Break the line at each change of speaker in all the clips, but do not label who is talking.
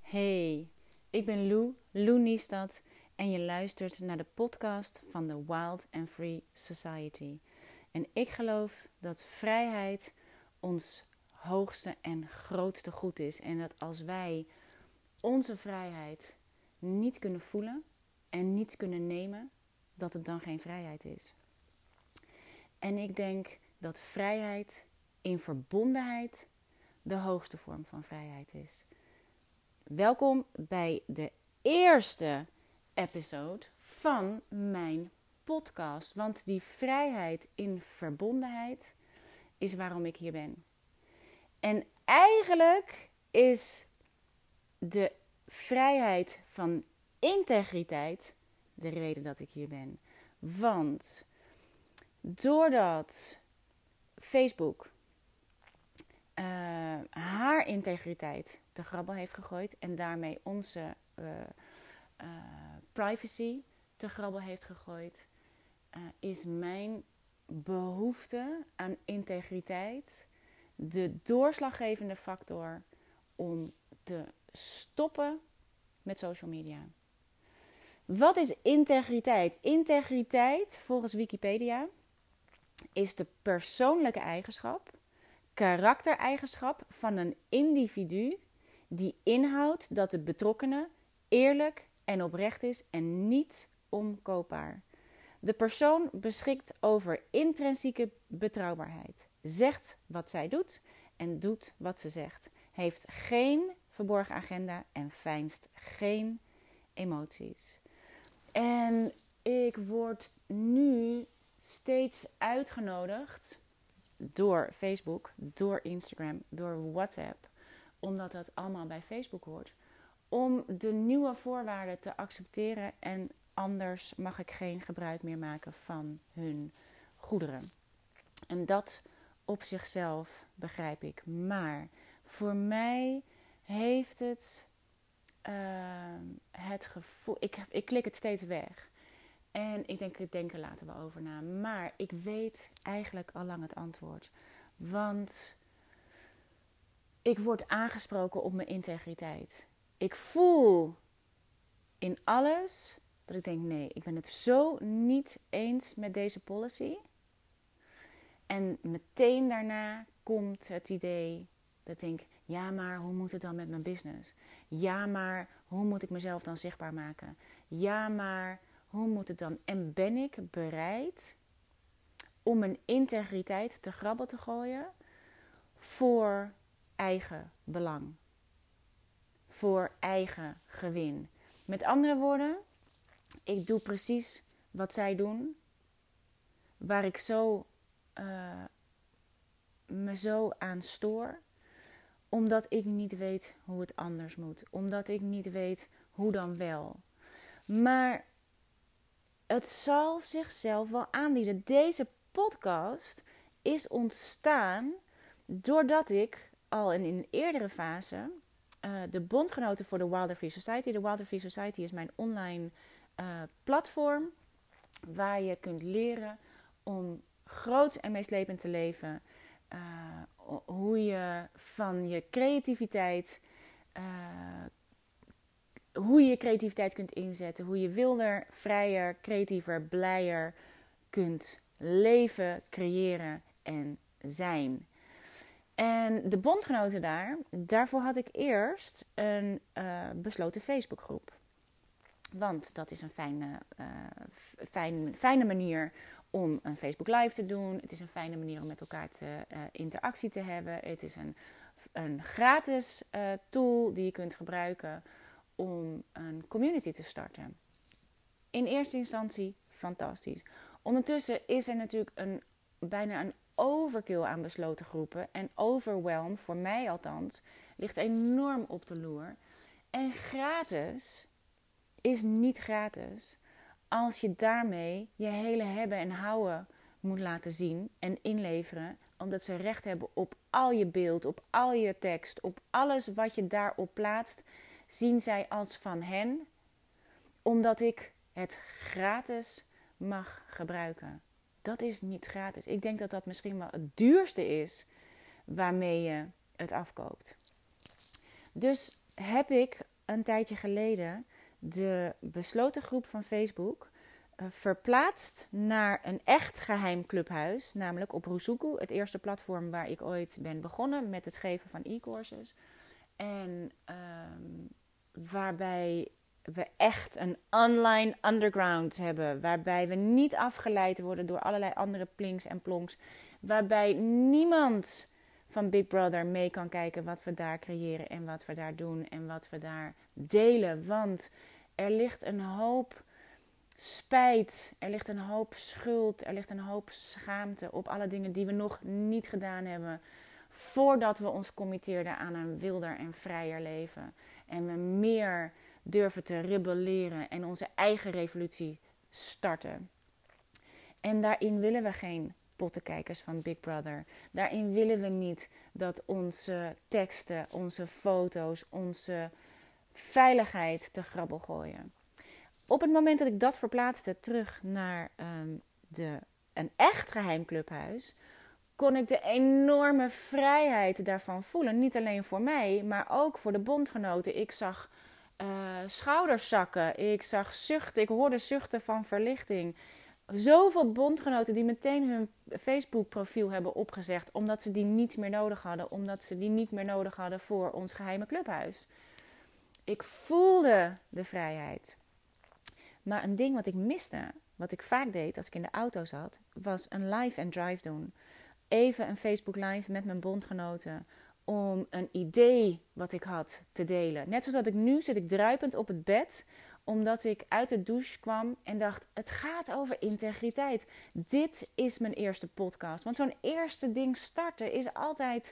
Hey, ik ben Lou Niestad en je luistert naar de podcast van de Wild and Free Society. En ik geloof dat vrijheid ons hoogste en grootste goed is. En dat als wij onze vrijheid niet kunnen voelen en niet kunnen nemen, dat het dan geen vrijheid is. En ik denk dat vrijheid in verbondenheid de hoogste vorm van vrijheid is. Welkom bij de eerste episode van mijn podcast. Want die vrijheid in verbondenheid is waarom ik hier ben. En eigenlijk is de vrijheid van integriteit de reden dat ik hier ben. Want doordat Facebook haar integriteit te grabbel heeft gegooid en daarmee onze privacy te grabbel heeft gegooid, is mijn behoefte aan integriteit de doorslaggevende factor om te stoppen met social media. Wat is integriteit? Integriteit, volgens Wikipedia, is de persoonlijke eigenschap, karaktereigenschap van een individu die inhoudt dat de betrokkenen eerlijk en oprecht is en niet omkoopbaar. De persoon beschikt over intrinsieke betrouwbaarheid, zegt wat zij doet en doet wat ze zegt, heeft geen verborgen agenda en veinst geen emoties. En ik word nu steeds uitgenodigd door Facebook, door Instagram, door WhatsApp, omdat dat allemaal bij Facebook hoort, om de nieuwe voorwaarden te accepteren en anders mag ik geen gebruik meer maken van hun goederen. En dat op zichzelf begrijp ik. Maar voor mij heeft het gevoel, ik klik het steeds weg. En ik denk er later wel over na. Maar ik weet eigenlijk al lang het antwoord. Want ik word aangesproken op mijn integriteit. Ik voel in alles dat ik denk, nee, ik ben het zo niet eens met deze policy. En meteen daarna komt het idee dat ik denk, ja, maar hoe moet het dan met mijn business? Ja, maar hoe moet ik mezelf dan zichtbaar maken? Ja, maar hoe moet het dan? En ben ik bereid om mijn integriteit te grabbel te gooien voor eigen belang? Voor eigen gewin. Met andere woorden, ik doe precies wat zij doen. Waar ik me zo aan stoor. Omdat ik niet weet hoe het anders moet. Omdat ik niet weet hoe dan wel. Maar het zal zichzelf wel aandienen. Deze podcast is ontstaan doordat ik al in een eerdere fase de bondgenoten voor de Wild and Free Society. De Wild and Free Society is mijn online platform waar je kunt leren om groots en meeslepend te leven. Hoe je van je creativiteit, hoe je creativiteit kunt inzetten. Hoe je wilder, vrijer, creatiever, blijer kunt leven, creëren en zijn. En de bondgenoten daarvoor had ik eerst een besloten Facebookgroep. Want dat is een fijne manier om een Facebook Live te doen. Het is een fijne manier om met elkaar interactie te hebben. Het is een gratis tool die je kunt gebruiken om een community te starten. In eerste instantie fantastisch. Ondertussen is er natuurlijk bijna een overkill aan besloten groepen. En overwhelm, voor mij althans, ligt enorm op de loer. En gratis is niet gratis als je daarmee je hele hebben en houden moet laten zien en inleveren. Omdat ze recht hebben op al je beeld, op al je tekst, op alles wat je daarop plaatst. Zien zij als van hen, omdat ik het gratis mag gebruiken. Dat is niet gratis. Ik denk dat dat misschien wel het duurste is waarmee je het afkoopt. Dus heb ik een tijdje geleden de besloten groep van Facebook verplaatst naar een echt geheim clubhuis. Namelijk op Ruzuku, het eerste platform waar ik ooit ben begonnen met het geven van e-courses. En waarbij we echt een online underground hebben. Waarbij we niet afgeleid worden door allerlei andere plinks en plonks. Waarbij niemand van Big Brother mee kan kijken wat we daar creëren en wat we daar doen en wat we daar delen. Want er ligt een hoop spijt, er ligt een hoop schuld, er ligt een hoop schaamte op alle dingen die we nog niet gedaan hebben voordat we ons committeerden aan een wilder en vrijer leven. En we meer durven te rebelleren en onze eigen revolutie starten. En daarin willen we geen pottenkijkers van Big Brother. Daarin willen we niet dat onze teksten, onze foto's, onze veiligheid te grabbel gooien. Op het moment dat ik dat verplaatste terug naar een echt geheim clubhuis, kon ik de enorme vrijheid daarvan voelen. Niet alleen voor mij, maar ook voor de bondgenoten. Ik zag schouders zakken, ik zag zuchten, ik hoorde zuchten van verlichting. Zoveel bondgenoten die meteen hun Facebook profiel hebben opgezegd, omdat ze die niet meer nodig hadden. Omdat ze die niet meer nodig hadden voor ons geheime clubhuis. Ik voelde de vrijheid. Maar een ding wat ik miste, wat ik vaak deed als ik in de auto zat, was een live and drive doen. Even een Facebook live met mijn bondgenoten om een idee wat ik had te delen. Net zoals dat ik nu zit ik druipend op het bed, omdat ik uit de douche kwam en dacht, het gaat over integriteit. Dit is mijn eerste podcast. Want zo'n eerste ding starten is altijd,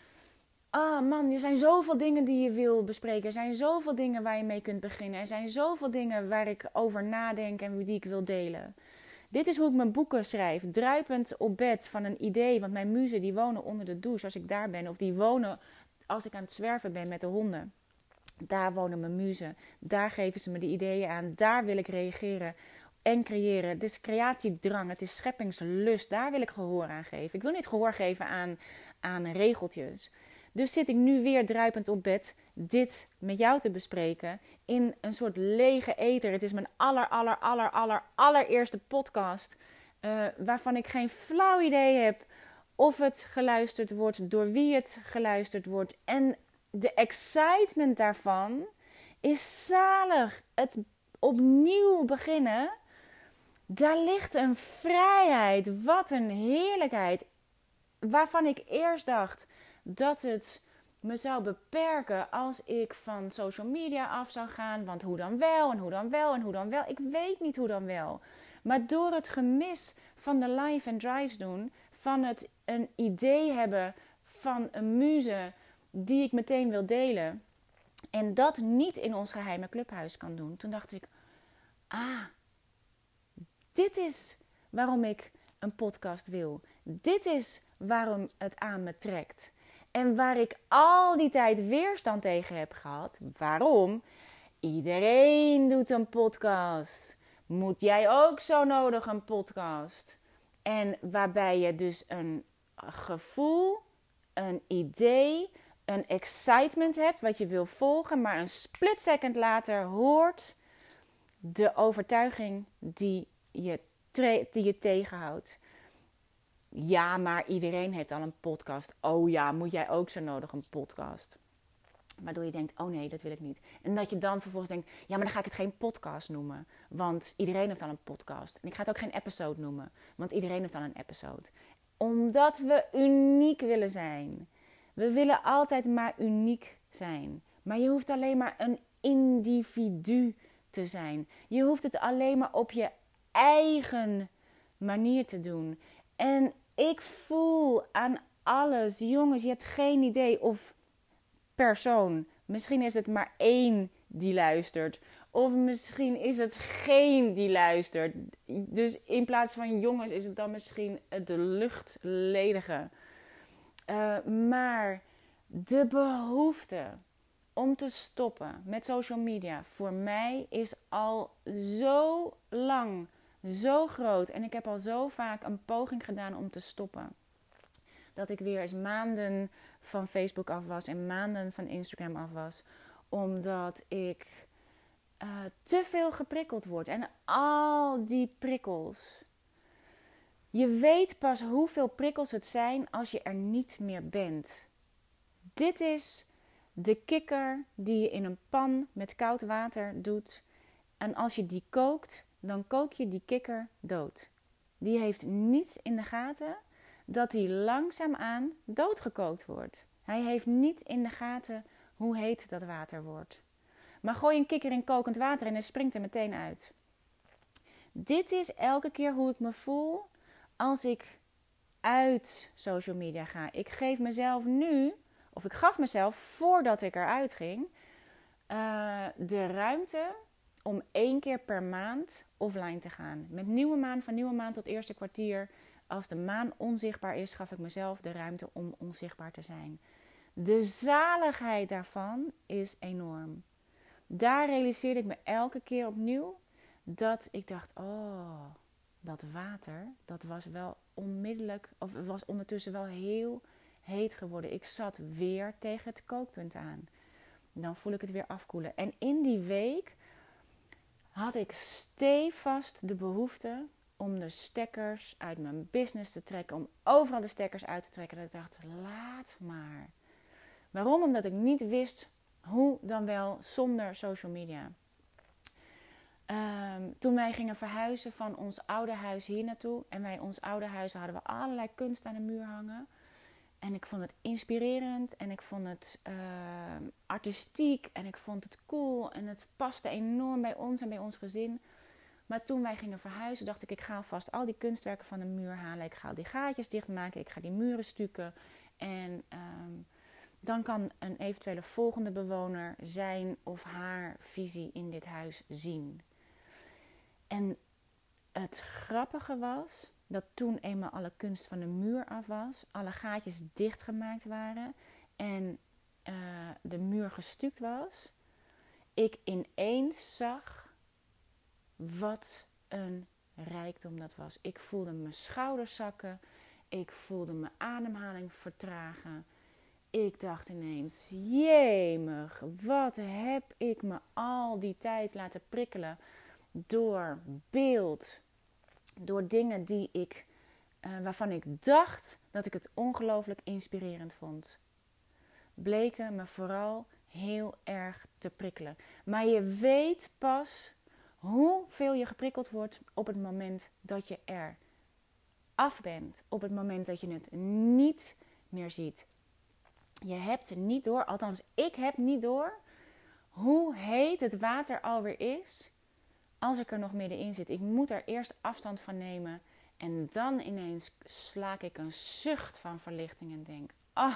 man, er zijn zoveel dingen die je wil bespreken. Er zijn zoveel dingen waar je mee kunt beginnen. Er zijn zoveel dingen waar ik over nadenk en die ik wil delen. Dit is hoe ik mijn boeken schrijf. Druipend op bed van een idee. Want mijn muzen die wonen onder de douche als ik daar ben. Of die wonen als ik aan het zwerven ben met de honden. Daar wonen mijn muzen. Daar geven ze me de ideeën aan. Daar wil ik reageren en creëren. Het is creatiedrang. Het is scheppingslust. Daar wil ik gehoor aan geven. Ik wil niet gehoor geven aan regeltjes. Dus zit ik nu weer druipend op bed dit met jou te bespreken in een soort lege ether. Het is mijn allereerste podcast waarvan ik geen flauw idee heb of het geluisterd wordt, door wie het geluisterd wordt. En de excitement daarvan is zalig. Het opnieuw beginnen, daar ligt een vrijheid. Wat een heerlijkheid. Waarvan ik eerst dacht dat het me zou beperken als ik van social media af zou gaan. Want hoe dan wel en hoe dan wel en hoe dan wel. Ik weet niet hoe dan wel. Maar door het gemis van de live en drives doen, van het een idee hebben van een muze die ik meteen wil delen, en dat niet in ons geheime clubhuis kan doen. Toen dacht ik, dit is waarom ik een podcast wil. Dit is waarom het aan me trekt. En waar ik al die tijd weerstand tegen heb gehad. Waarom? Iedereen doet een podcast. Moet jij ook zo nodig een podcast? En waarbij je dus een gevoel, een idee, een excitement hebt wat je wil volgen, maar een split second later hoort de overtuiging die je tegenhoudt. Ja, maar iedereen heeft al een podcast. Oh ja, moet jij ook zo nodig een podcast? Waardoor je denkt, oh nee, dat wil ik niet. En dat je dan vervolgens denkt, ja, maar dan ga ik het geen podcast noemen. Want iedereen heeft al een podcast. En ik ga het ook geen episode noemen. Want iedereen heeft al een episode. Omdat we uniek willen zijn. We willen altijd maar uniek zijn. Maar je hoeft alleen maar een individu te zijn. Je hoeft het alleen maar op je eigen manier te doen. En ik voel aan alles, jongens, je hebt geen idee of persoon. Misschien is het maar één die luistert. Of misschien is het geen die luistert. Dus in plaats van jongens is het dan misschien de luchtledige. Maar de behoefte om te stoppen met social media voor mij is al zo lang, zo groot. En ik heb al zo vaak een poging gedaan om te stoppen. Dat ik weer eens maanden van Facebook af was en maanden van Instagram af was. Omdat ik te veel geprikkeld word. En al die prikkels. Je weet pas hoeveel prikkels het zijn als je er niet meer bent. Dit is de kikker die je in een pan met koud water doet. En als je die kookt, dan kook je die kikker dood. Die heeft niet in de gaten dat hij langzaamaan doodgekookt wordt. Hij heeft niet in de gaten hoe heet dat water wordt. Maar gooi een kikker in kokend water en hij springt er meteen uit. Dit is elke keer hoe ik me voel als ik uit social media ga. Ik geef mezelf nu, of ik gaf mezelf voordat ik eruit ging, de ruimte om 1 keer per maand offline te gaan. Met nieuwe maan, van nieuwe maan tot eerste kwartier. Als de maan onzichtbaar is, gaf ik mezelf de ruimte om onzichtbaar te zijn. De zaligheid daarvan is enorm. Daar realiseerde ik me elke keer opnieuw dat ik dacht, oh, dat water, dat was wel onmiddellijk, of het was ondertussen wel heel heet geworden. Ik zat weer tegen het kookpunt aan. Dan voel ik het weer afkoelen. En in die week had ik stevast de behoefte om de stekkers uit mijn business te trekken. Om overal de stekkers uit te trekken. Dat ik dacht, laat maar. Waarom? Omdat ik niet wist hoe dan wel zonder social media. Toen wij gingen verhuizen van ons oude huis hier naartoe. En bij ons oude huis hadden we allerlei kunst aan de muur hangen. En ik vond het inspirerend. En ik vond het artistiek. En ik vond het cool. En het paste enorm bij ons en bij ons gezin. Maar toen wij gingen verhuizen dacht ik ga alvast al die kunstwerken van de muur halen. Ik ga al die gaatjes dichtmaken. Ik ga die muren stukken. En dan kan een eventuele volgende bewoner zijn of haar visie in dit huis zien. En het grappige was dat toen eenmaal alle kunst van de muur af was, alle gaatjes dichtgemaakt waren en de muur gestuukt was, ik ineens zag wat een rijkdom dat was. Ik voelde mijn schouders zakken, ik voelde mijn ademhaling vertragen. Ik dacht ineens, jemig, wat heb ik me al die tijd laten prikkelen door beeld, door dingen die waarvan ik dacht dat ik het ongelooflijk inspirerend vond. Bleken me vooral heel erg te prikkelen. Maar je weet pas hoeveel je geprikkeld wordt op het moment dat je er af bent. Op het moment dat je het niet meer ziet. Je hebt het niet door, althans ik heb niet door, hoe heet het water alweer is als ik er nog middenin zit. Ik moet er eerst afstand van nemen en dan ineens slaak ik een zucht van verlichting en denk,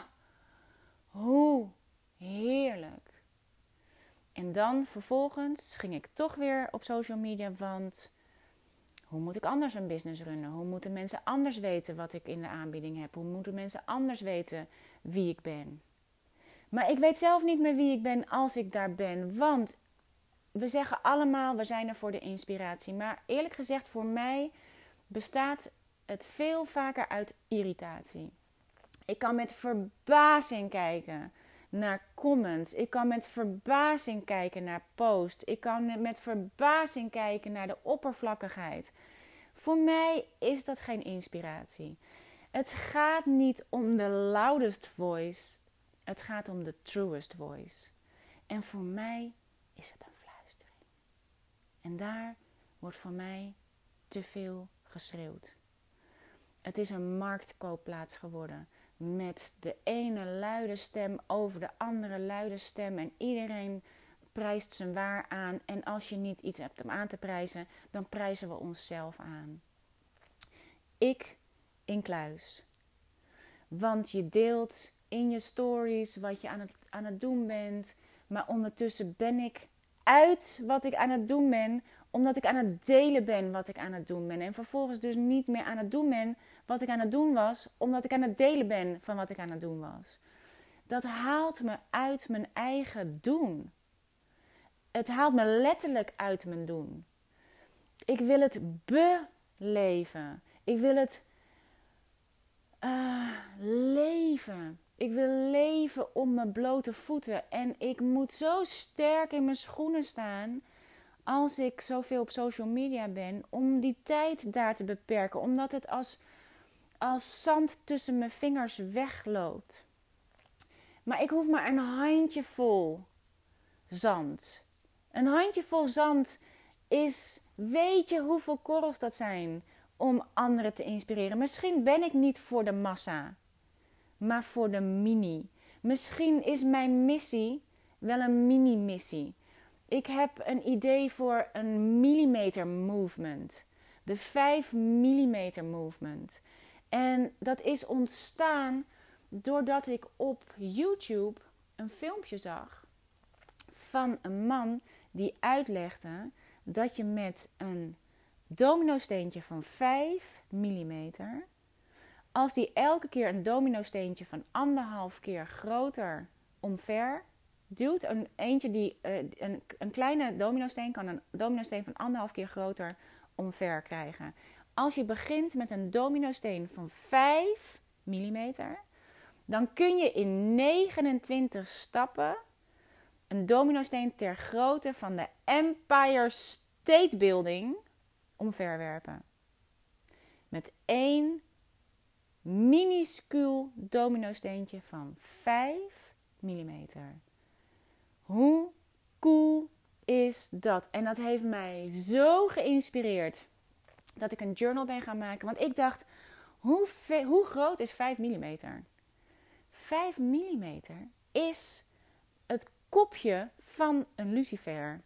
hoe heerlijk. En dan vervolgens ging ik toch weer op social media, want hoe moet ik anders een business runnen? Hoe moeten mensen anders weten wat ik in de aanbieding heb? Hoe moeten mensen anders weten wie ik ben? Maar ik weet zelf niet meer wie ik ben als ik daar ben. Want we zeggen allemaal, we zijn er voor de inspiratie. Maar eerlijk gezegd, voor mij bestaat het veel vaker uit irritatie. Ik kan met verbazing kijken naar comments. Ik kan met verbazing kijken naar posts. Ik kan met verbazing kijken naar de oppervlakkigheid. Voor mij is dat geen inspiratie. Het gaat niet om de loudest voice. Het gaat om de truest voice. En voor mij is het een fluistering. En daar wordt voor mij te veel geschreeuwd. Het is een marktkoopplaats geworden. Met de ene luide stem over de andere luide stem. En iedereen prijst zijn waar aan. En als je niet iets hebt om aan te prijzen, dan prijzen we onszelf aan. Ik incluis. Want je deelt in je stories wat je aan het doen bent. Maar ondertussen ben ik uit wat ik aan het doen ben. Omdat ik aan het delen ben wat ik aan het doen ben. En vervolgens dus niet meer aan het doen ben wat ik aan het doen was. Omdat ik aan het delen ben van wat ik aan het doen was. Dat haalt me uit mijn eigen doen. Het haalt me letterlijk uit mijn doen. Ik wil het beleven. Ik wil het leven. Ik wil leven op mijn blote voeten. En ik moet zo sterk in mijn schoenen staan als ik zoveel op social media ben, om die tijd daar te beperken. Omdat het als zand tussen mijn vingers wegloopt. Maar ik hoef maar een handjevol zand. Een handjevol zand is, weet je hoeveel korrels dat zijn om anderen te inspireren. Misschien ben ik niet voor de massa, maar voor de mini. Misschien is mijn missie wel een mini-missie. Ik heb een idee voor een millimeter movement. De 5 millimeter movement. En dat is ontstaan doordat ik op YouTube een filmpje zag van een man die uitlegde dat je met een dominosteentje van 5 millimeter, als die elke keer een dominosteentje van 1,5 keer groter omver duwt, een kleine dominosteen kan een dominosteen van 1,5 keer groter omver krijgen. Als je begint met een dominosteen van 5 millimeter, dan kun je in 29 stappen een dominosteen ter grootte van de Empire State Building omverwerpen. Met 1 minuscuul dominosteentje van 5 millimeter. Hoe cool is dat? En dat heeft mij zo geïnspireerd dat ik een journal ben gaan maken. Want ik dacht, hoe groot is 5 millimeter? 5 millimeter is het kopje van een lucifer.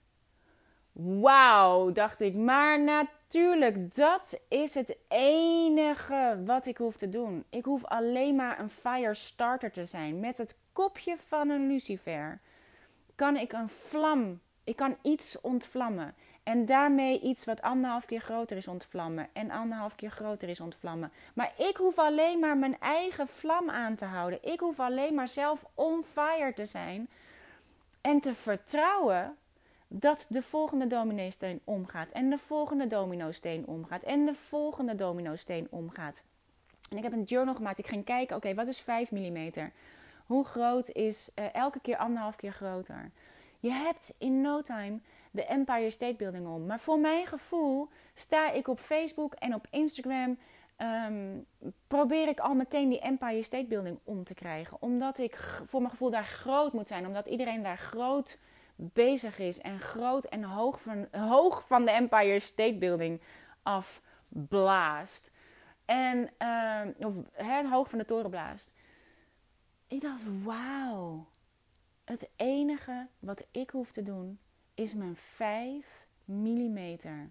Wauw, dacht ik. Maar natuurlijk, dat is het enige wat ik hoef te doen. Ik hoef alleen maar een firestarter te zijn. Met het kopje van een lucifer kan ik een vlam, ik kan iets ontvlammen. En daarmee iets wat 1,5 keer groter is ontvlammen. En 1,5 keer groter is ontvlammen. Maar ik hoef alleen maar mijn eigen vlam aan te houden. Ik hoef alleen maar zelf on fire te zijn. En te vertrouwen dat de volgende dominosteen omgaat. En de volgende dominosteen omgaat. En de volgende dominosteen omgaat. En ik heb een journal gemaakt. Ik ging kijken, oké, wat is 5 millimeter? Hoe groot is elke keer 1,5 keer groter? Je hebt in no time de Empire State Building om. Maar voor mijn gevoel sta ik op Facebook en op Instagram. Probeer ik al meteen die Empire State Building om te krijgen. Omdat ik voor mijn gevoel daar groot moet zijn. Omdat iedereen daar groot bezig is. En groot en hoog van de Empire State Building afblaast. En hoog van de toren blaast. Ik dacht, wauw. Het enige wat ik hoef te doen is mijn 5 millimeter.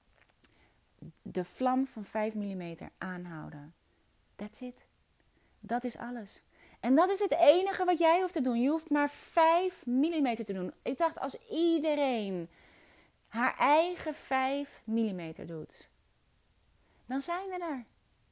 De vlam van 5 millimeter aanhouden. That's it. Dat is alles. En dat is het enige wat jij hoeft te doen. Je hoeft maar 5 millimeter te doen. Ik dacht, als iedereen haar eigen 5 millimeter doet, dan zijn we er.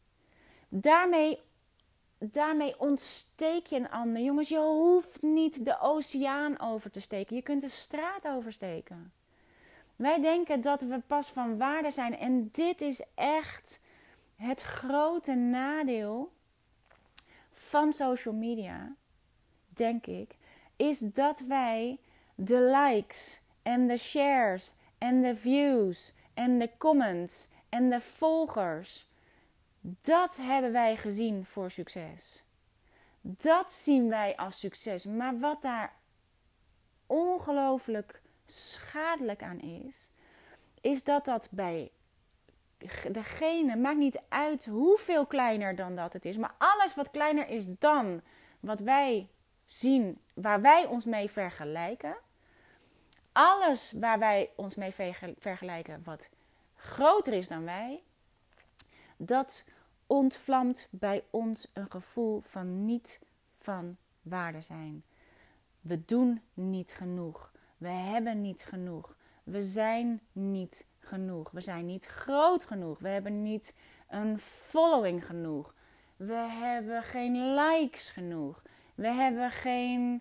Daarmee ontsteek je een ander. Jongens, je hoeft niet de oceaan over te steken. Je kunt de straat oversteken. Wij denken dat we pas van waarde zijn. En dit is echt het grote nadeel van social media, denk ik. Is dat wij de likes en de shares en de views en de comments en de volgers, dat hebben wij gezien voor succes. Dat zien wij als succes. Maar wat daar ongelooflijk schadelijk aan is dat bij degene, maakt niet uit hoeveel kleiner dan dat het is, maar alles wat kleiner is dan wat wij zien, waar wij ons mee vergelijken, alles waar wij ons mee vergelijken wat groter is dan wij, dat ontvlamt bij ons een gevoel van niet van waarde zijn. We doen niet genoeg. We hebben niet genoeg. We zijn niet genoeg. We zijn niet groot genoeg. We hebben niet een following genoeg. We hebben geen likes genoeg. We hebben geen...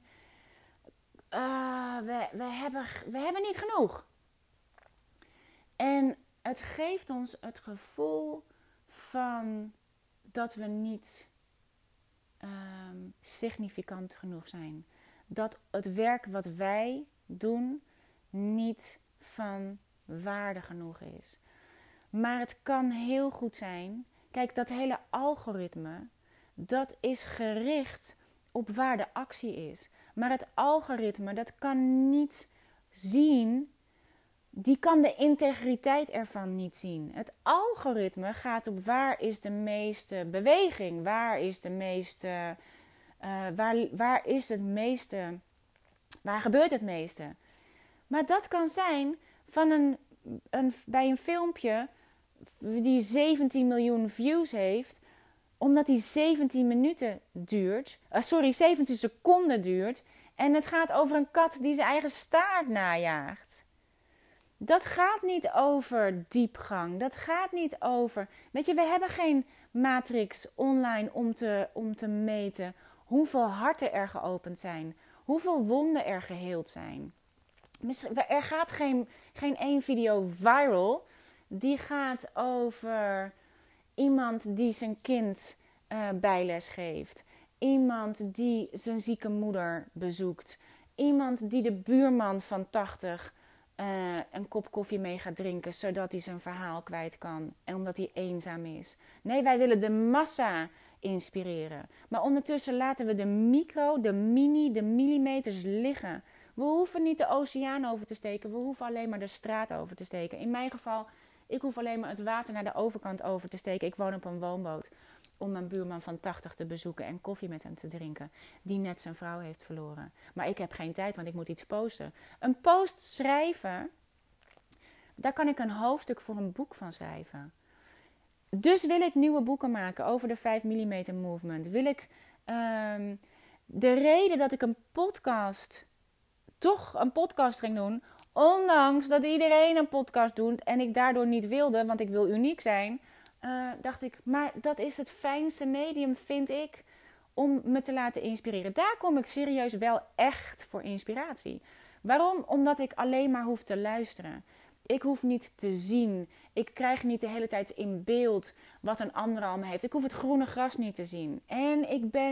we hebben niet genoeg. En het geeft ons het gevoel van dat we niet significant genoeg zijn. Dat het werk wat wij doen niet van waarde genoeg is. Maar het kan heel goed zijn. Kijk, dat hele algoritme, dat is gericht op waar de actie is. Maar het algoritme, dat kan niet zien, die kan de integriteit ervan niet zien. Het algoritme gaat op waar is de meeste beweging, waar gebeurt het meeste. Maar dat kan zijn van bij een filmpje die 17 miljoen views heeft, omdat die 17 seconden duurt. En het gaat over een kat die zijn eigen staart najaagt. Dat gaat niet over diepgang. Dat gaat niet over... Weet je, we hebben geen matrix online om te meten hoeveel harten er geopend zijn. Hoeveel wonden er geheeld zijn. Er gaat geen één video viral. Die gaat over iemand die zijn kind bijles geeft. Iemand die zijn zieke moeder bezoekt. Iemand die de buurman van 80 een kop koffie mee gaat drinken, zodat hij zijn verhaal kwijt kan. En omdat hij eenzaam is. Nee, wij willen de massa inspireren. Maar ondertussen laten we de micro, de mini, de millimeters liggen. We hoeven niet de oceaan over te steken. We hoeven alleen maar de straat over te steken. In mijn geval, ik hoef alleen maar het water naar de overkant over te steken. Ik woon op een woonboot. Om mijn buurman van 80 te bezoeken en koffie met hem te drinken. Die net zijn vrouw heeft verloren. Maar ik heb geen tijd, want ik moet iets posten. Een post schrijven, daar kan ik een hoofdstuk voor een boek van schrijven. Dus wil ik nieuwe boeken maken over de 5 mm movement. Wil ik de reden dat ik toch een podcast ging doen, ondanks dat iedereen een podcast doet en ik daardoor niet wilde, want ik wil uniek zijn, dacht ik, maar dat is het fijnste medium, vind ik, om me te laten inspireren. Daar kom ik serieus wel echt voor inspiratie. Waarom? Omdat ik alleen maar hoef te luisteren. Ik hoef niet te zien. Ik krijg niet de hele tijd in beeld wat een ander allemaal heeft. Ik hoef het groene gras niet te zien. En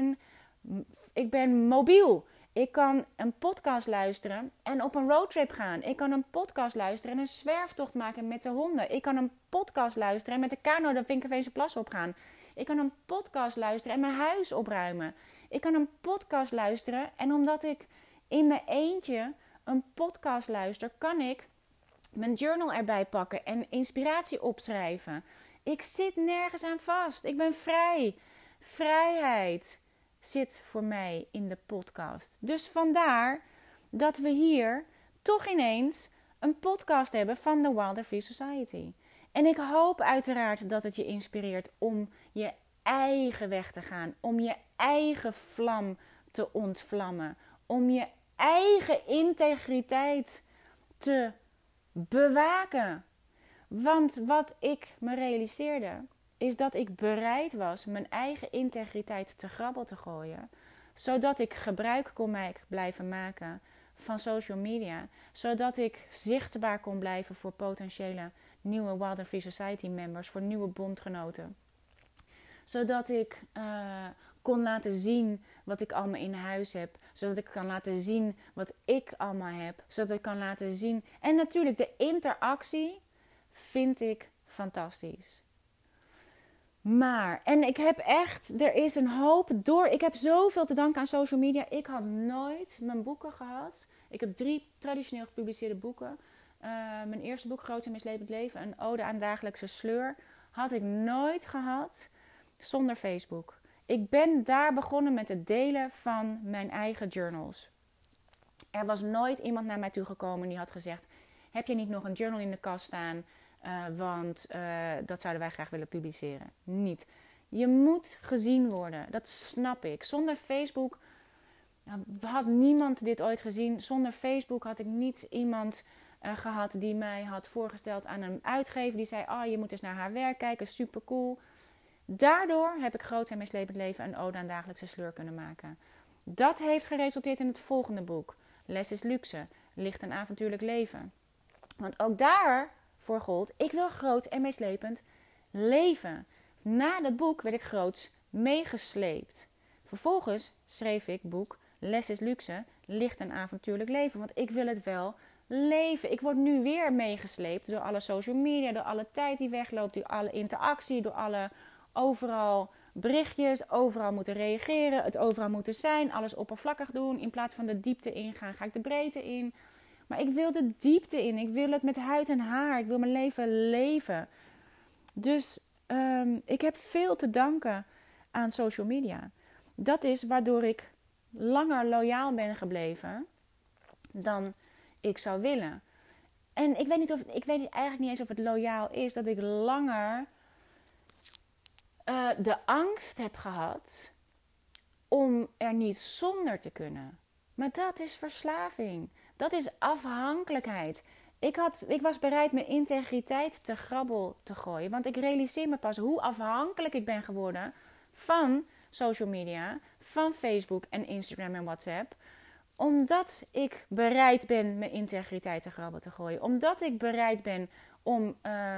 ik ben mobiel. Ik kan een podcast luisteren en op een roadtrip gaan. Ik kan een podcast luisteren en een zwerftocht maken met de honden. Ik kan een podcast luisteren en met de kano de Vinkerveense Plas opgaan. Ik kan een podcast luisteren en mijn huis opruimen. Ik kan een podcast luisteren en omdat ik in mijn eentje een podcast luister, kan ik mijn journal erbij pakken en inspiratie opschrijven. Ik zit nergens aan vast. Ik ben vrij. Vrijheid zit voor mij in de podcast. Dus vandaar dat we hier toch ineens een podcast hebben van de Wilder Free Society. En ik hoop uiteraard dat het je inspireert om je eigen weg te gaan. Om je eigen vlam te ontvlammen. Om je eigen integriteit te bewaken. Want wat ik me realiseerde, is dat ik bereid was mijn eigen integriteit te grabbel te gooien. Zodat ik gebruik kon blijven maken van social media. Zodat ik zichtbaar kon blijven voor potentiële nieuwe Wilder Free Society members. Voor nieuwe bondgenoten. Zodat ik kon laten zien wat ik allemaal in huis heb. Zodat ik kan laten zien wat ik allemaal heb. Zodat ik kan laten zien. En natuurlijk de interactie vind ik fantastisch. Maar, en ik heb echt, er is een hoop door. Ik heb zoveel te danken aan social media. Ik had nooit mijn boeken gehad. Ik heb 3 traditioneel gepubliceerde boeken. Mijn eerste boek, Groot en Mislepend Leven, een ode aan dagelijkse sleur, had ik nooit gehad zonder Facebook. Ik ben daar begonnen met het delen van mijn eigen journals. Er was nooit iemand naar mij toegekomen die had gezegd, heb je niet nog een journal in de kast staan? Want dat zouden wij graag willen publiceren. Niet. Je moet gezien worden. Dat snap ik. Zonder Facebook had niemand dit ooit gezien. Zonder Facebook had ik niet iemand gehad die mij had voorgesteld aan een uitgever. Die zei, je moet eens naar haar werk kijken. Super cool. Daardoor heb ik Groot en Mislepend Leven een ode aan dagelijkse sleur kunnen maken. Dat heeft geresulteerd in het volgende boek. Les is luxe. Licht en avontuurlijk leven. Want ook daarvoor gold, ik wil groot en meeslepend leven. Na dat boek werd ik groots meegesleept. Vervolgens schreef ik boek Les is Luxe, licht en avontuurlijk leven. Want ik wil het wel leven. Ik word nu weer meegesleept door alle social media, door alle tijd die wegloopt, door alle interactie, door alle overal berichtjes, overal moeten reageren, het overal moeten zijn, alles oppervlakkig doen. In plaats van de diepte ingaan, ga ik de breedte in. Maar ik wil de diepte in. Ik wil het met huid en haar. Ik wil mijn leven leven. Dus ik heb veel te danken aan social media. Dat is waardoor ik langer loyaal ben gebleven dan ik zou willen. En ik weet eigenlijk niet eens of het loyaal is dat ik langer de angst heb gehad om er niet zonder te kunnen. Maar dat is verslaving. Dat is afhankelijkheid. Ik was bereid mijn integriteit te grabbel te gooien. Want ik realiseer me pas hoe afhankelijk ik ben geworden van social media, van Facebook en Instagram en WhatsApp. Omdat ik bereid ben mijn integriteit te grabbel te gooien. Omdat ik bereid ben om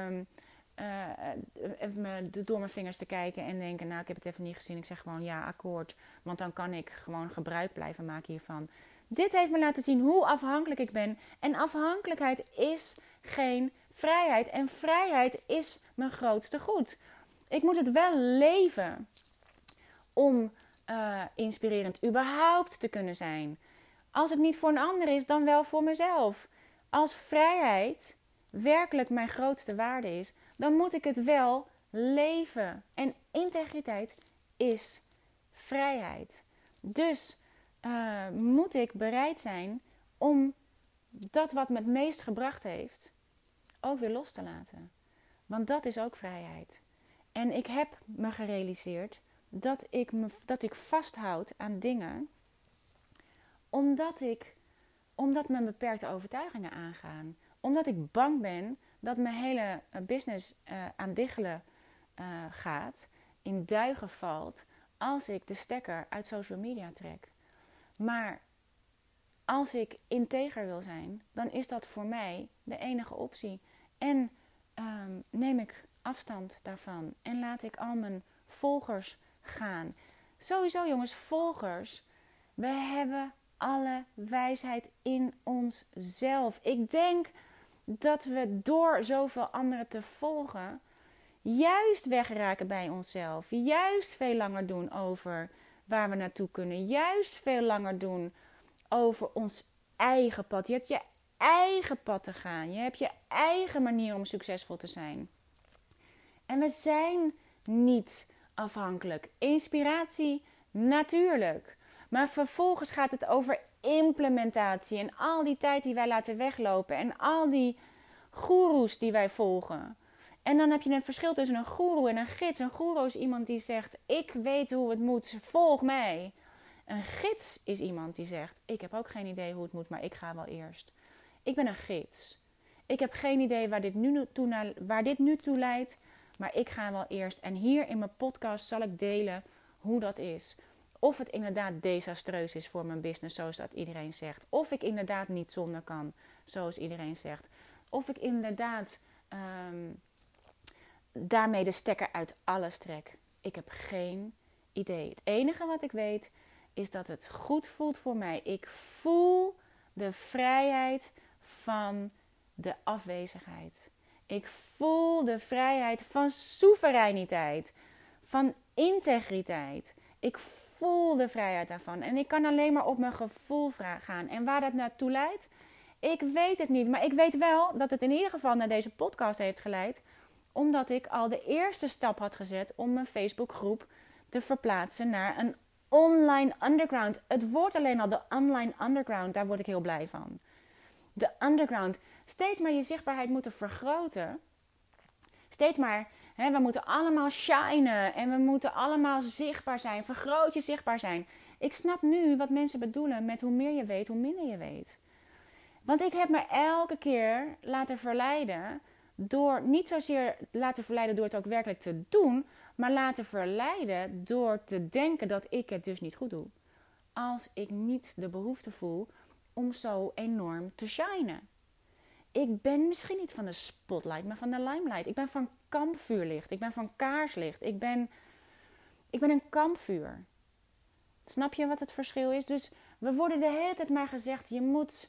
door mijn vingers te kijken en denken, nou, ik heb het even niet gezien. Ik zeg gewoon ja, akkoord. Want dan kan ik gewoon gebruik blijven maken hiervan. Dit heeft me laten zien hoe afhankelijk ik ben. En afhankelijkheid is geen vrijheid. En vrijheid is mijn grootste goed. Ik moet het wel leven om inspirerend überhaupt te kunnen zijn. Als het niet voor een ander is, dan wel voor mezelf. Als vrijheid werkelijk mijn grootste waarde is, dan moet ik het wel leven. En integriteit is vrijheid. Dus moet ik bereid zijn om dat wat me het meest gebracht heeft ook weer los te laten. Want dat is ook vrijheid. En ik heb me gerealiseerd dat ik vasthoud aan dingen omdat mijn beperkte overtuigingen aangaan. Omdat ik bang ben dat mijn hele business aan diggelen gaat, in duigen valt, als ik de stekker uit social media trek. Maar als ik integer wil zijn, dan is dat voor mij de enige optie. En neem ik afstand daarvan en laat ik al mijn volgers gaan. Sowieso jongens, volgers. We hebben alle wijsheid in onszelf. Ik denk dat we door zoveel anderen te volgen juist wegraken bij onszelf. Juist veel langer doen over waar we naartoe kunnen. Juist veel langer doen over ons eigen pad. Je hebt je eigen pad te gaan. Je hebt je eigen manier om succesvol te zijn. En we zijn niet afhankelijk. Inspiratie, natuurlijk. Maar vervolgens gaat het over implementatie. En al die tijd die wij laten weglopen. En al die goeroes die wij volgen. En dan heb je een verschil tussen een goeroe en een gids. Een goeroe is iemand die zegt, ik weet hoe het moet, volg mij. Een gids is iemand die zegt, ik heb ook geen idee hoe het moet, maar ik ga wel eerst. Ik ben een gids. Ik heb geen idee waar dit nu toe leidt, maar ik ga wel eerst. En hier in mijn podcast zal ik delen hoe dat is. Of het inderdaad desastreus is voor mijn business, zoals dat iedereen zegt. Of ik inderdaad niet zonder kan, zoals iedereen zegt. Of ik inderdaad daarmee de stekker uit alles trek. Ik heb geen idee. Het enige wat ik weet is dat het goed voelt voor mij. Ik voel de vrijheid van de afwezigheid. Ik voel de vrijheid van soevereiniteit. Van integriteit. Ik voel de vrijheid daarvan. En ik kan alleen maar op mijn gevoel gaan. En waar dat naartoe leidt, ik weet het niet. Maar ik weet wel dat het in ieder geval naar deze podcast heeft geleid. Omdat ik al de eerste stap had gezet om mijn Facebookgroep te verplaatsen naar een online underground. Het woord alleen al, de online underground, daar word ik heel blij van. De underground. Steeds maar je zichtbaarheid moeten vergroten. Steeds maar, we moeten allemaal shinen en we moeten allemaal zichtbaar zijn. Vergroot je zichtbaar zijn. Ik snap nu wat mensen bedoelen met hoe meer je weet, hoe minder je weet. Want ik heb me elke keer laten verleiden door, niet zozeer laten verleiden door het ook werkelijk te doen, maar laten verleiden door te denken dat ik het dus niet goed doe. Als ik niet de behoefte voel om zo enorm te shinen. Ik ben misschien niet van de spotlight, maar van de limelight. Ik ben van kampvuurlicht. Ik ben van kaarslicht. Ik ben een kampvuur. Snap je wat het verschil is? Dus we worden de hele tijd maar gezegd, je moet...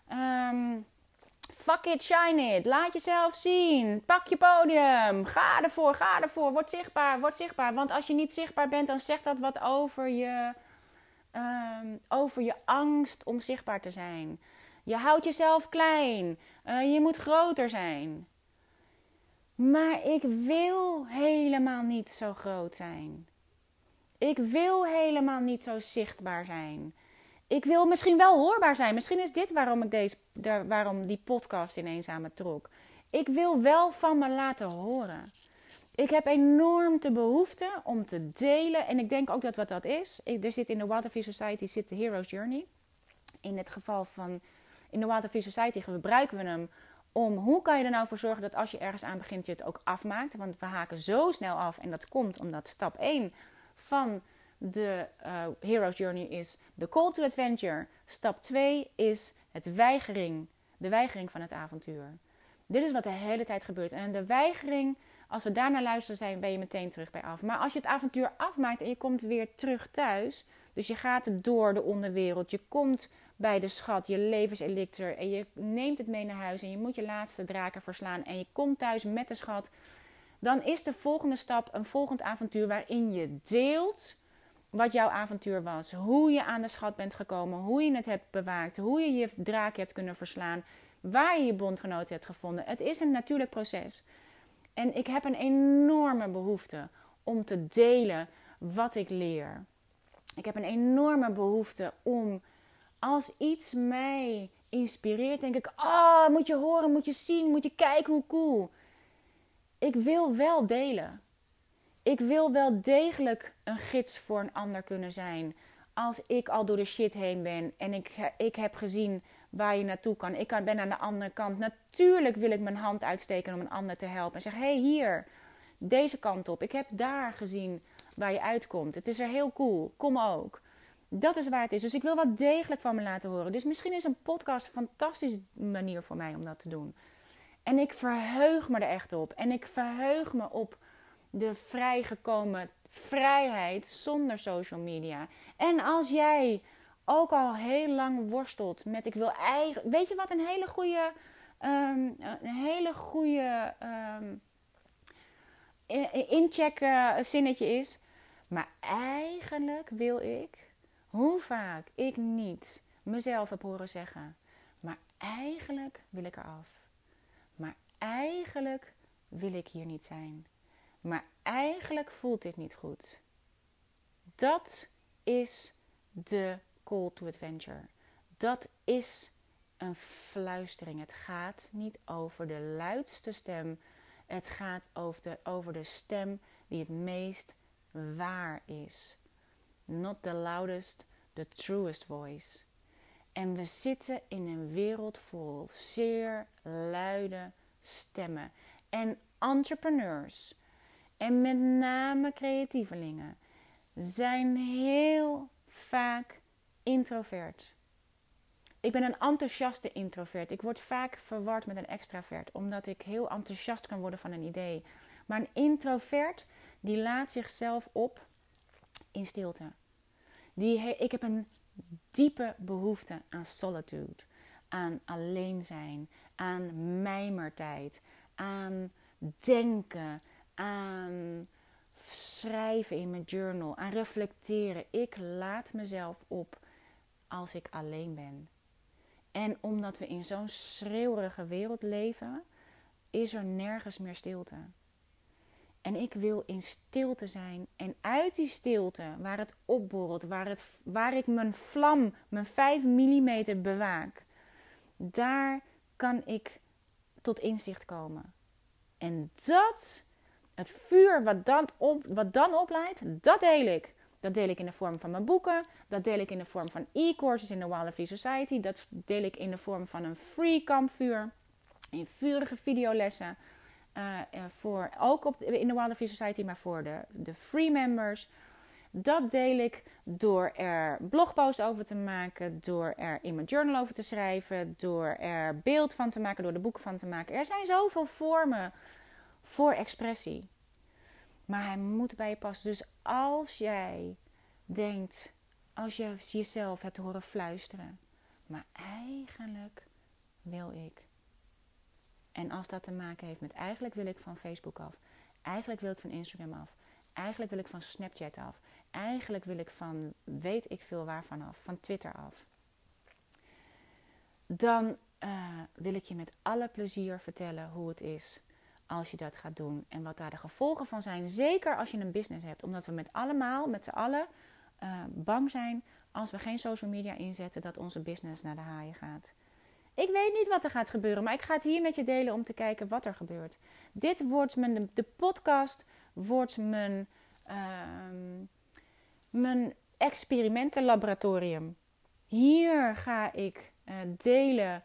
fuck it, shine it. Laat jezelf zien. Pak je podium. Ga ervoor. Word zichtbaar. Want als je niet zichtbaar bent, dan zegt dat wat over je angst om zichtbaar te zijn. Je houdt jezelf klein. Je moet groter zijn. Maar ik wil helemaal niet zo groot zijn. Ik wil helemaal niet zo zichtbaar zijn. Ik wil misschien wel hoorbaar zijn. Misschien is dit waarom die podcast ineens aan me trok. Ik wil wel van me laten horen. Ik heb enorm de behoefte om te delen. En ik denk ook dat wat dat is. Er zit in de Wild of Society zit de Hero's Journey. In het geval van... In de Wild of Society gebruiken we hem om... Hoe kan je er nou voor zorgen dat als je ergens aan begint je het ook afmaakt? Want we haken zo snel af. En dat komt omdat stap 1 van... De Hero's Journey is de call to adventure. Stap 2 is de weigering van het avontuur. Dit is wat de hele tijd gebeurt. En de weigering, als we daarnaar luisteren, ben je meteen terug bij af. Maar als je het avontuur afmaakt en je komt weer terug thuis... Dus je gaat door de onderwereld, je komt bij de schat, je levenselixer... en je neemt het mee naar huis en je moet je laatste draken verslaan... en je komt thuis met de schat... dan is de volgende stap een volgend avontuur waarin je deelt... wat jouw avontuur was. Hoe je aan de schat bent gekomen. Hoe je het hebt bewaakt. Hoe je je draak hebt kunnen verslaan. Waar je je bondgenoten hebt gevonden. Het is een natuurlijk proces. En ik heb een enorme behoefte om te delen wat ik leer. Ik heb een enorme behoefte om... Als iets mij inspireert, denk ik... Oh, moet je horen, moet je zien, moet je kijken hoe cool. Ik wil wel delen. Ik wil wel degelijk een gids voor een ander kunnen zijn. Als ik al door de shit heen ben en ik heb gezien waar je naartoe kan. Ik ben aan de andere kant. Natuurlijk wil ik mijn hand uitsteken om een ander te helpen. En zeggen, hé, hier, deze kant op. Ik heb daar gezien waar je uitkomt. Het is er heel cool. Kom ook. Dat is waar het is. Dus ik wil wat degelijk van me laten horen. Dus misschien is een podcast een fantastische manier voor mij om dat te doen. En ik verheug me er echt op. En ik verheug me op... de vrijgekomen vrijheid zonder social media. En als jij ook al heel lang worstelt met ik wil eigen... Weet je wat een hele goede incheck zinnetje is? Maar eigenlijk wil ik, hoe vaak ik niet mezelf heb horen zeggen... Maar eigenlijk wil ik eraf. Maar eigenlijk wil ik hier niet zijn. Maar eigenlijk voelt dit niet goed. Dat is de call to adventure. Dat is een fluistering. Het gaat niet over de luidste stem. Het gaat over de stem die het meest waar is. Not the loudest, the truest voice. En we zitten in een wereld vol zeer luide stemmen. En entrepreneurs... En met name creatievelingen zijn heel vaak introvert. Ik ben een enthousiaste introvert. Ik word vaak verward met een extravert, omdat ik heel enthousiast kan worden van een idee. Maar een introvert, die laat zichzelf op in stilte. Ik heb een diepe behoefte aan solitude, aan alleen zijn, aan mijmertijd, aan denken... aan schrijven in mijn journal, aan reflecteren. Ik laat mezelf op als ik alleen ben. En omdat we in zo'n schreeuwerige wereld leven, is er nergens meer stilte. En ik wil in stilte zijn. En uit die stilte, waar het opborrelt, waar ik mijn vlam, mijn 5 mm bewaak, daar kan ik tot inzicht komen. En het vuur wat dan opleidt, dat deel ik. Dat deel ik in de vorm van mijn boeken. Dat deel ik in de vorm van e-courses in de Wild of Society. Dat deel ik in de vorm van een free kampvuur. In vurige videolessen. Ook in de Wild of Society, maar voor de free members. Dat deel ik door er blogposts over te maken. Door er in mijn journal over te schrijven. Door er beeld van te maken. Door de boeken van te maken. Er zijn zoveel vormen voor expressie. Maar hij moet bij je passen. Dus als jij denkt, als je jezelf hebt horen fluisteren. Maar eigenlijk wil ik. En als dat te maken heeft met eigenlijk wil ik van Facebook af. Eigenlijk wil ik van Instagram af. Eigenlijk wil ik van Snapchat af. Eigenlijk wil ik van weet ik veel waarvan af. Van Twitter af. Dan wil ik je met alle plezier vertellen hoe het is als je dat gaat doen. En wat daar de gevolgen van zijn. Zeker als je een business hebt. Omdat we met z'n allen bang zijn als we geen social media inzetten dat onze business naar de haaien gaat. Ik weet niet wat er gaat gebeuren, maar ik ga het hier met je delen om te kijken wat er gebeurt. Dit wordt de podcast, wordt mijn experimentenlaboratorium. Hier ga ik delen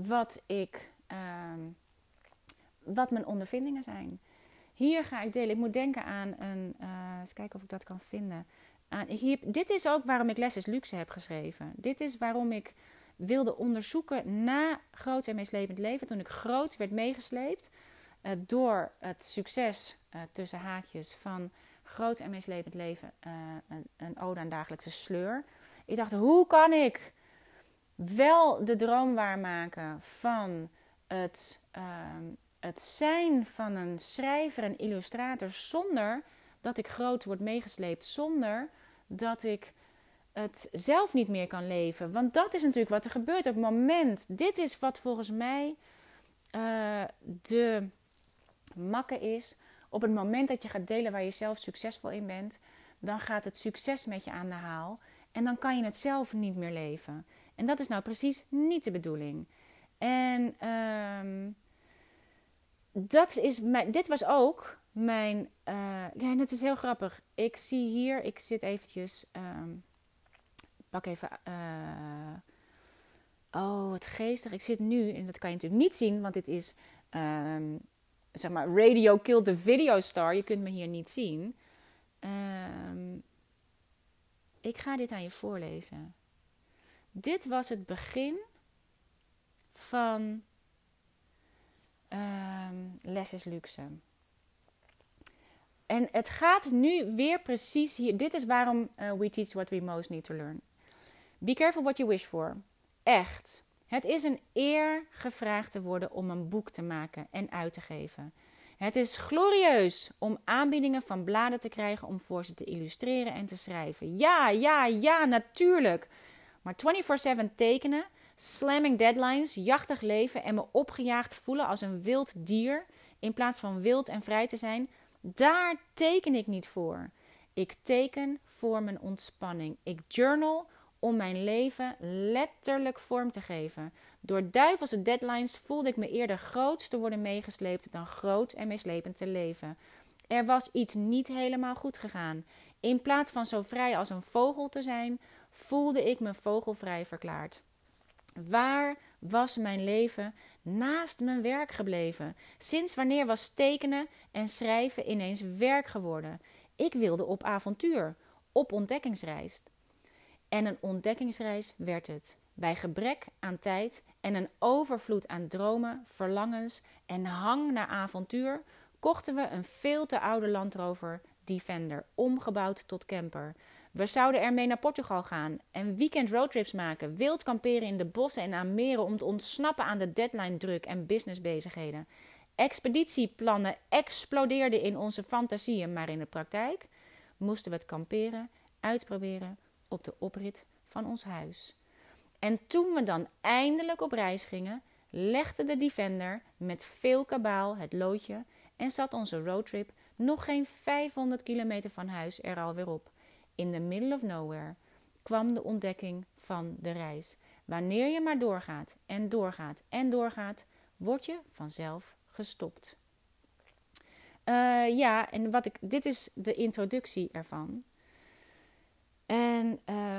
wat mijn ondervindingen zijn. Hier ga ik delen. Ik moet denken aan eens kijken of ik dat kan vinden. Dit is ook waarom ik Les is Luxe heb geschreven. Dit is waarom ik wilde onderzoeken na Groot en Meeslepend Leven. Toen ik groot werd meegesleept door het succes tussen haakjes van Groot en Meeslepend Leven. Een ode aan dagelijkse sleur. Ik dacht, hoe kan ik wel de droom waarmaken van het zijn van een schrijver en illustrator zonder dat ik groot word meegesleept. Zonder dat ik het zelf niet meer kan leven. Want dat is natuurlijk wat er gebeurt op het moment. Dit is wat volgens mij de makke is. Op het moment dat je gaat delen waar je zelf succesvol in bent, dan gaat het succes met je aan de haal. En dan kan je het zelf niet meer leven. En dat is nou precies niet de bedoeling. En dit was ook mijn... ja, het is heel grappig. Ik zie hier, ik zit eventjes... pak even... oh, wat geestig. Ik zit nu, en dat kan je natuurlijk niet zien, want dit is... zeg maar, Radio Killed the Video Star. Je kunt me hier niet zien. Ik ga dit aan je voorlezen. Dit was het begin van Les is Luxe. En het gaat nu weer precies hier. Dit is waarom we teach what we most need to learn. Be careful what you wish for. Echt. Het is een eer gevraagd te worden om een boek te maken en uit te geven. Het is glorieus om aanbiedingen van bladen te krijgen om voor ze te illustreren en te schrijven. Ja, natuurlijk. Maar 24/7 tekenen, slamming deadlines, jachtig leven en me opgejaagd voelen als een wild dier in plaats van wild en vrij te zijn, daar teken ik niet voor. Ik teken voor mijn ontspanning. Ik journal om mijn leven letterlijk vorm te geven. Door duivelse deadlines voelde ik me eerder groots te worden meegesleept dan groot en meeslepend te leven. Er was iets niet helemaal goed gegaan. In plaats van zo vrij als een vogel te zijn, voelde ik me vogelvrij verklaard. Waar was mijn leven naast mijn werk gebleven? Sinds wanneer was tekenen en schrijven ineens werk geworden? Ik wilde op avontuur, op ontdekkingsreis. En een ontdekkingsreis werd het. Bij gebrek aan tijd en een overvloed aan dromen, verlangens en hang naar avontuur kochten we een veel te oude Land Rover Defender, omgebouwd tot camper. We zouden ermee naar Portugal gaan en weekend roadtrips maken, wild kamperen in de bossen en aan meren om te ontsnappen aan de deadline druk en businessbezigheden. Expeditieplannen explodeerden in onze fantasieën, maar in de praktijk moesten we het kamperen uitproberen op de oprit van ons huis. En toen we dan eindelijk op reis gingen, legde de Defender met veel kabaal het loodje en zat onze roadtrip nog geen 500 kilometer van huis er alweer op. In the middle of nowhere kwam de ontdekking van de reis. Wanneer je maar doorgaat en doorgaat en doorgaat, word je vanzelf gestopt. Dit is de introductie ervan. En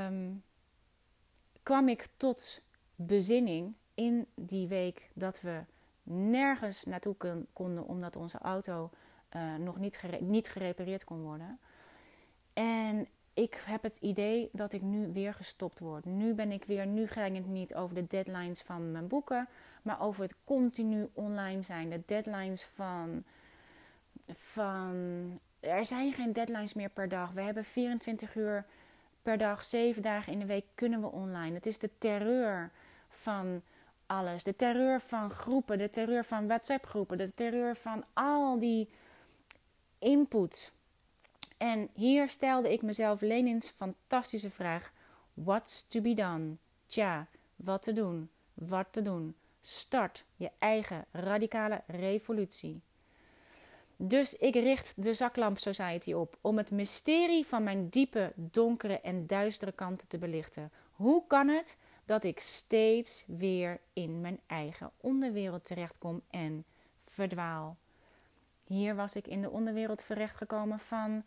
kwam ik tot bezinning in die week dat we nergens naartoe konden omdat onze auto nog niet gerepareerd kon worden. En ik heb het idee dat ik nu weer gestopt word. Nu ging het niet over de deadlines van mijn boeken, maar over het continu online zijn. De deadlines van er zijn geen deadlines meer per dag. We hebben 24 uur per dag, 7 dagen in de week kunnen we online. Het is de terreur van alles. De terreur van groepen, de terreur van WhatsApp-groepen, de terreur van al die input. En hier stelde ik mezelf Lenins fantastische vraag. What's to be done? Tja, wat te doen? Wat te doen? Start je eigen radicale revolutie. Dus ik richt de Zaklamp Society op om het mysterie van mijn diepe, donkere en duistere kanten te belichten. Hoe kan het dat ik steeds weer in mijn eigen onderwereld terechtkom en verdwaal? Hier was ik in de onderwereld terechtgekomen van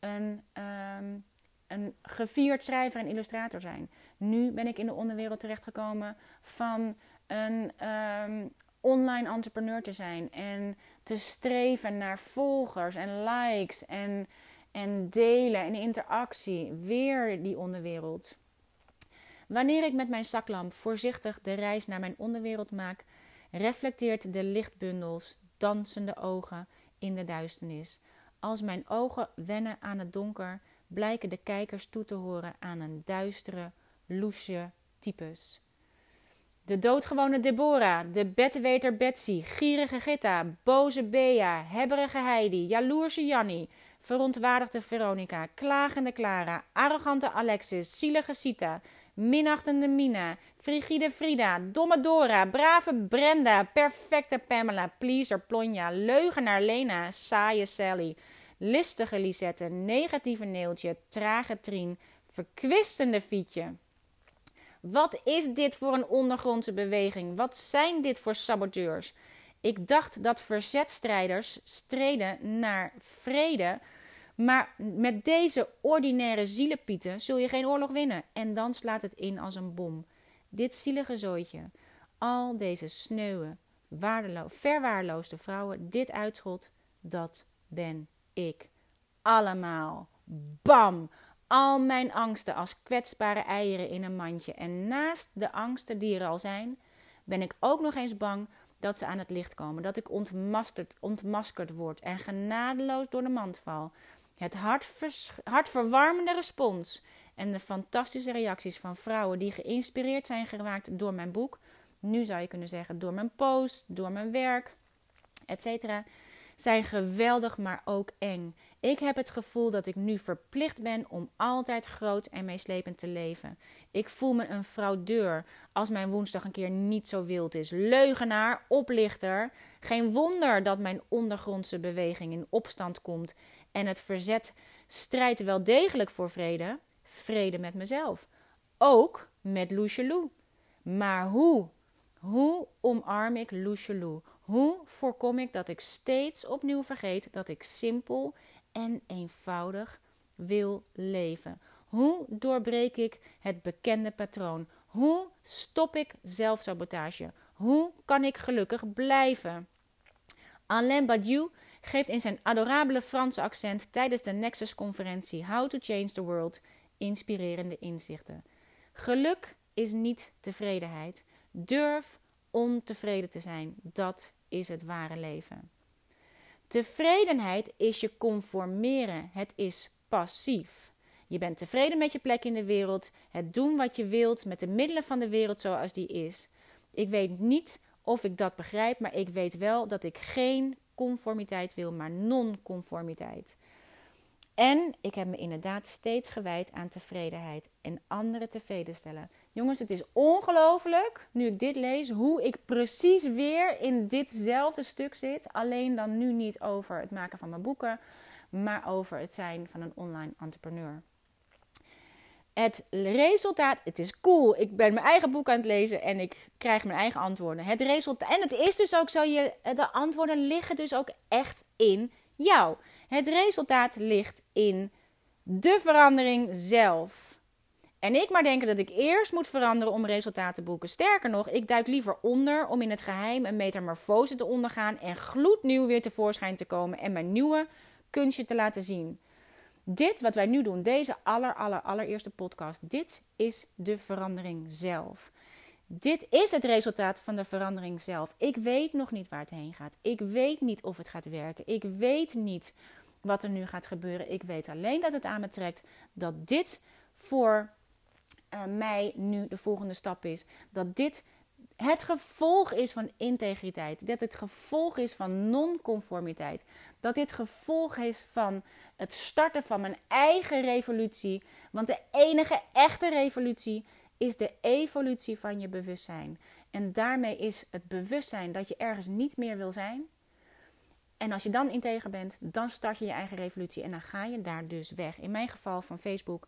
een gevierd schrijver en illustrator zijn. Nu ben ik in de onderwereld terechtgekomen van een online entrepreneur te zijn. En te streven naar volgers en likes en delen en interactie. Weer die onderwereld. Wanneer ik met mijn zaklamp voorzichtig de reis naar mijn onderwereld maak, reflecteert de lichtbundels, dansende ogen in de duisternis. Als mijn ogen wennen aan het donker, blijken de kijkers toe te horen aan een duistere, loesje types. De doodgewone Deborah, de bedweter Betsy, gierige Gitta, boze Bea, hebberige Heidi, jaloerse Jannie, verontwaardigde Veronica, klagende Clara, arrogante Alexis, zielige Sita, minachtende Mina, frigide Frida, domme Dora, brave Brenda, perfecte Pamela, pleaser Plonja, leugenaar Lena, saaie Sally, listige Lisette, negatieve Neeltje, trage Trien, verkwistende Fietje. Wat is dit voor een ondergrondse beweging? Wat zijn dit voor saboteurs? Ik dacht dat verzetstrijders streden naar vrede, maar met deze ordinaire zielepieten zul je geen oorlog winnen. En dan slaat het in als een bom. Dit zielige zooitje, al deze sneuwe, verwaarloosde vrouwen, dit uitschot, dat ben ik. Allemaal. Bam! Al mijn angsten als kwetsbare eieren in een mandje. En naast de angsten die er al zijn, ben ik ook nog eens bang dat ze aan het licht komen. Dat ik ontmaskerd word en genadeloos door de mand val. Het hartverwarmende respons en de fantastische reacties van vrouwen die geïnspireerd zijn geraakt door mijn boek. Nu zou je kunnen zeggen door mijn post, door mijn werk, etc. zijn geweldig, maar ook eng. Ik heb het gevoel dat ik nu verplicht ben om altijd groot en meeslepend te leven. Ik voel me een fraudeur als mijn woensdag een keer niet zo wild is. Leugenaar, oplichter. Geen wonder dat mijn ondergrondse beweging in opstand komt en het verzet strijdt wel degelijk voor vrede. Vrede met mezelf. Ook met Loesje Lou. Maar hoe? Hoe omarm ik Loesje Lou? Hoe voorkom ik dat ik steeds opnieuw vergeet dat ik simpel en eenvoudig wil leven? Hoe doorbreek ik het bekende patroon? Hoe stop ik zelfsabotage? Hoe kan ik gelukkig blijven? Alain Badiou geeft in zijn adorabele Franse accent tijdens de Nexus-conferentie How to Change the World inspirerende inzichten. Geluk is niet tevredenheid. Durf ontevreden te zijn. Dat is het ware leven. Tevredenheid is je conformeren. Het is passief. Je bent tevreden met je plek in de wereld. Het doen wat je wilt met de middelen van de wereld zoals die is. Ik weet niet of ik dat begrijp, maar ik weet wel dat ik geen conformiteit wil, maar non-conformiteit. En ik heb me inderdaad steeds gewijd aan tevredenheid en anderen tevreden stellen. Jongens, het is ongelooflijk, nu ik dit lees, hoe ik precies weer in ditzelfde stuk zit. Alleen dan nu niet over het maken van mijn boeken, maar over het zijn van een online entrepreneur. Het resultaat, het is cool. Ik ben mijn eigen boek aan het lezen en ik krijg mijn eigen antwoorden. Het resultaat, en het is dus ook zo, de antwoorden liggen dus ook echt in jou. Het resultaat ligt in de verandering zelf. En ik maar denken dat ik eerst moet veranderen om resultaat te boeken. Sterker nog, ik duik liever onder om in het geheim een metamorfose te ondergaan en gloednieuw weer tevoorschijn te komen en mijn nieuwe kunstje te laten zien. Dit wat wij nu doen, deze allereerste podcast, dit is de verandering zelf. Dit is het resultaat van de verandering zelf. Ik weet nog niet waar het heen gaat. Ik weet niet of het gaat werken. Ik weet niet wat er nu gaat gebeuren. Ik weet alleen dat het aan me trekt dat dit voor mij nu de volgende stap is. Dat dit het gevolg is van integriteit. Dat het gevolg is van non-conformiteit. Dat dit gevolg is van het starten van mijn eigen revolutie. Want de enige echte revolutie is de evolutie van je bewustzijn. En daarmee is het bewustzijn dat je ergens niet meer wil zijn. En als je dan integer bent, dan start je je eigen revolutie. En dan ga je daar dus weg. In mijn geval van Facebook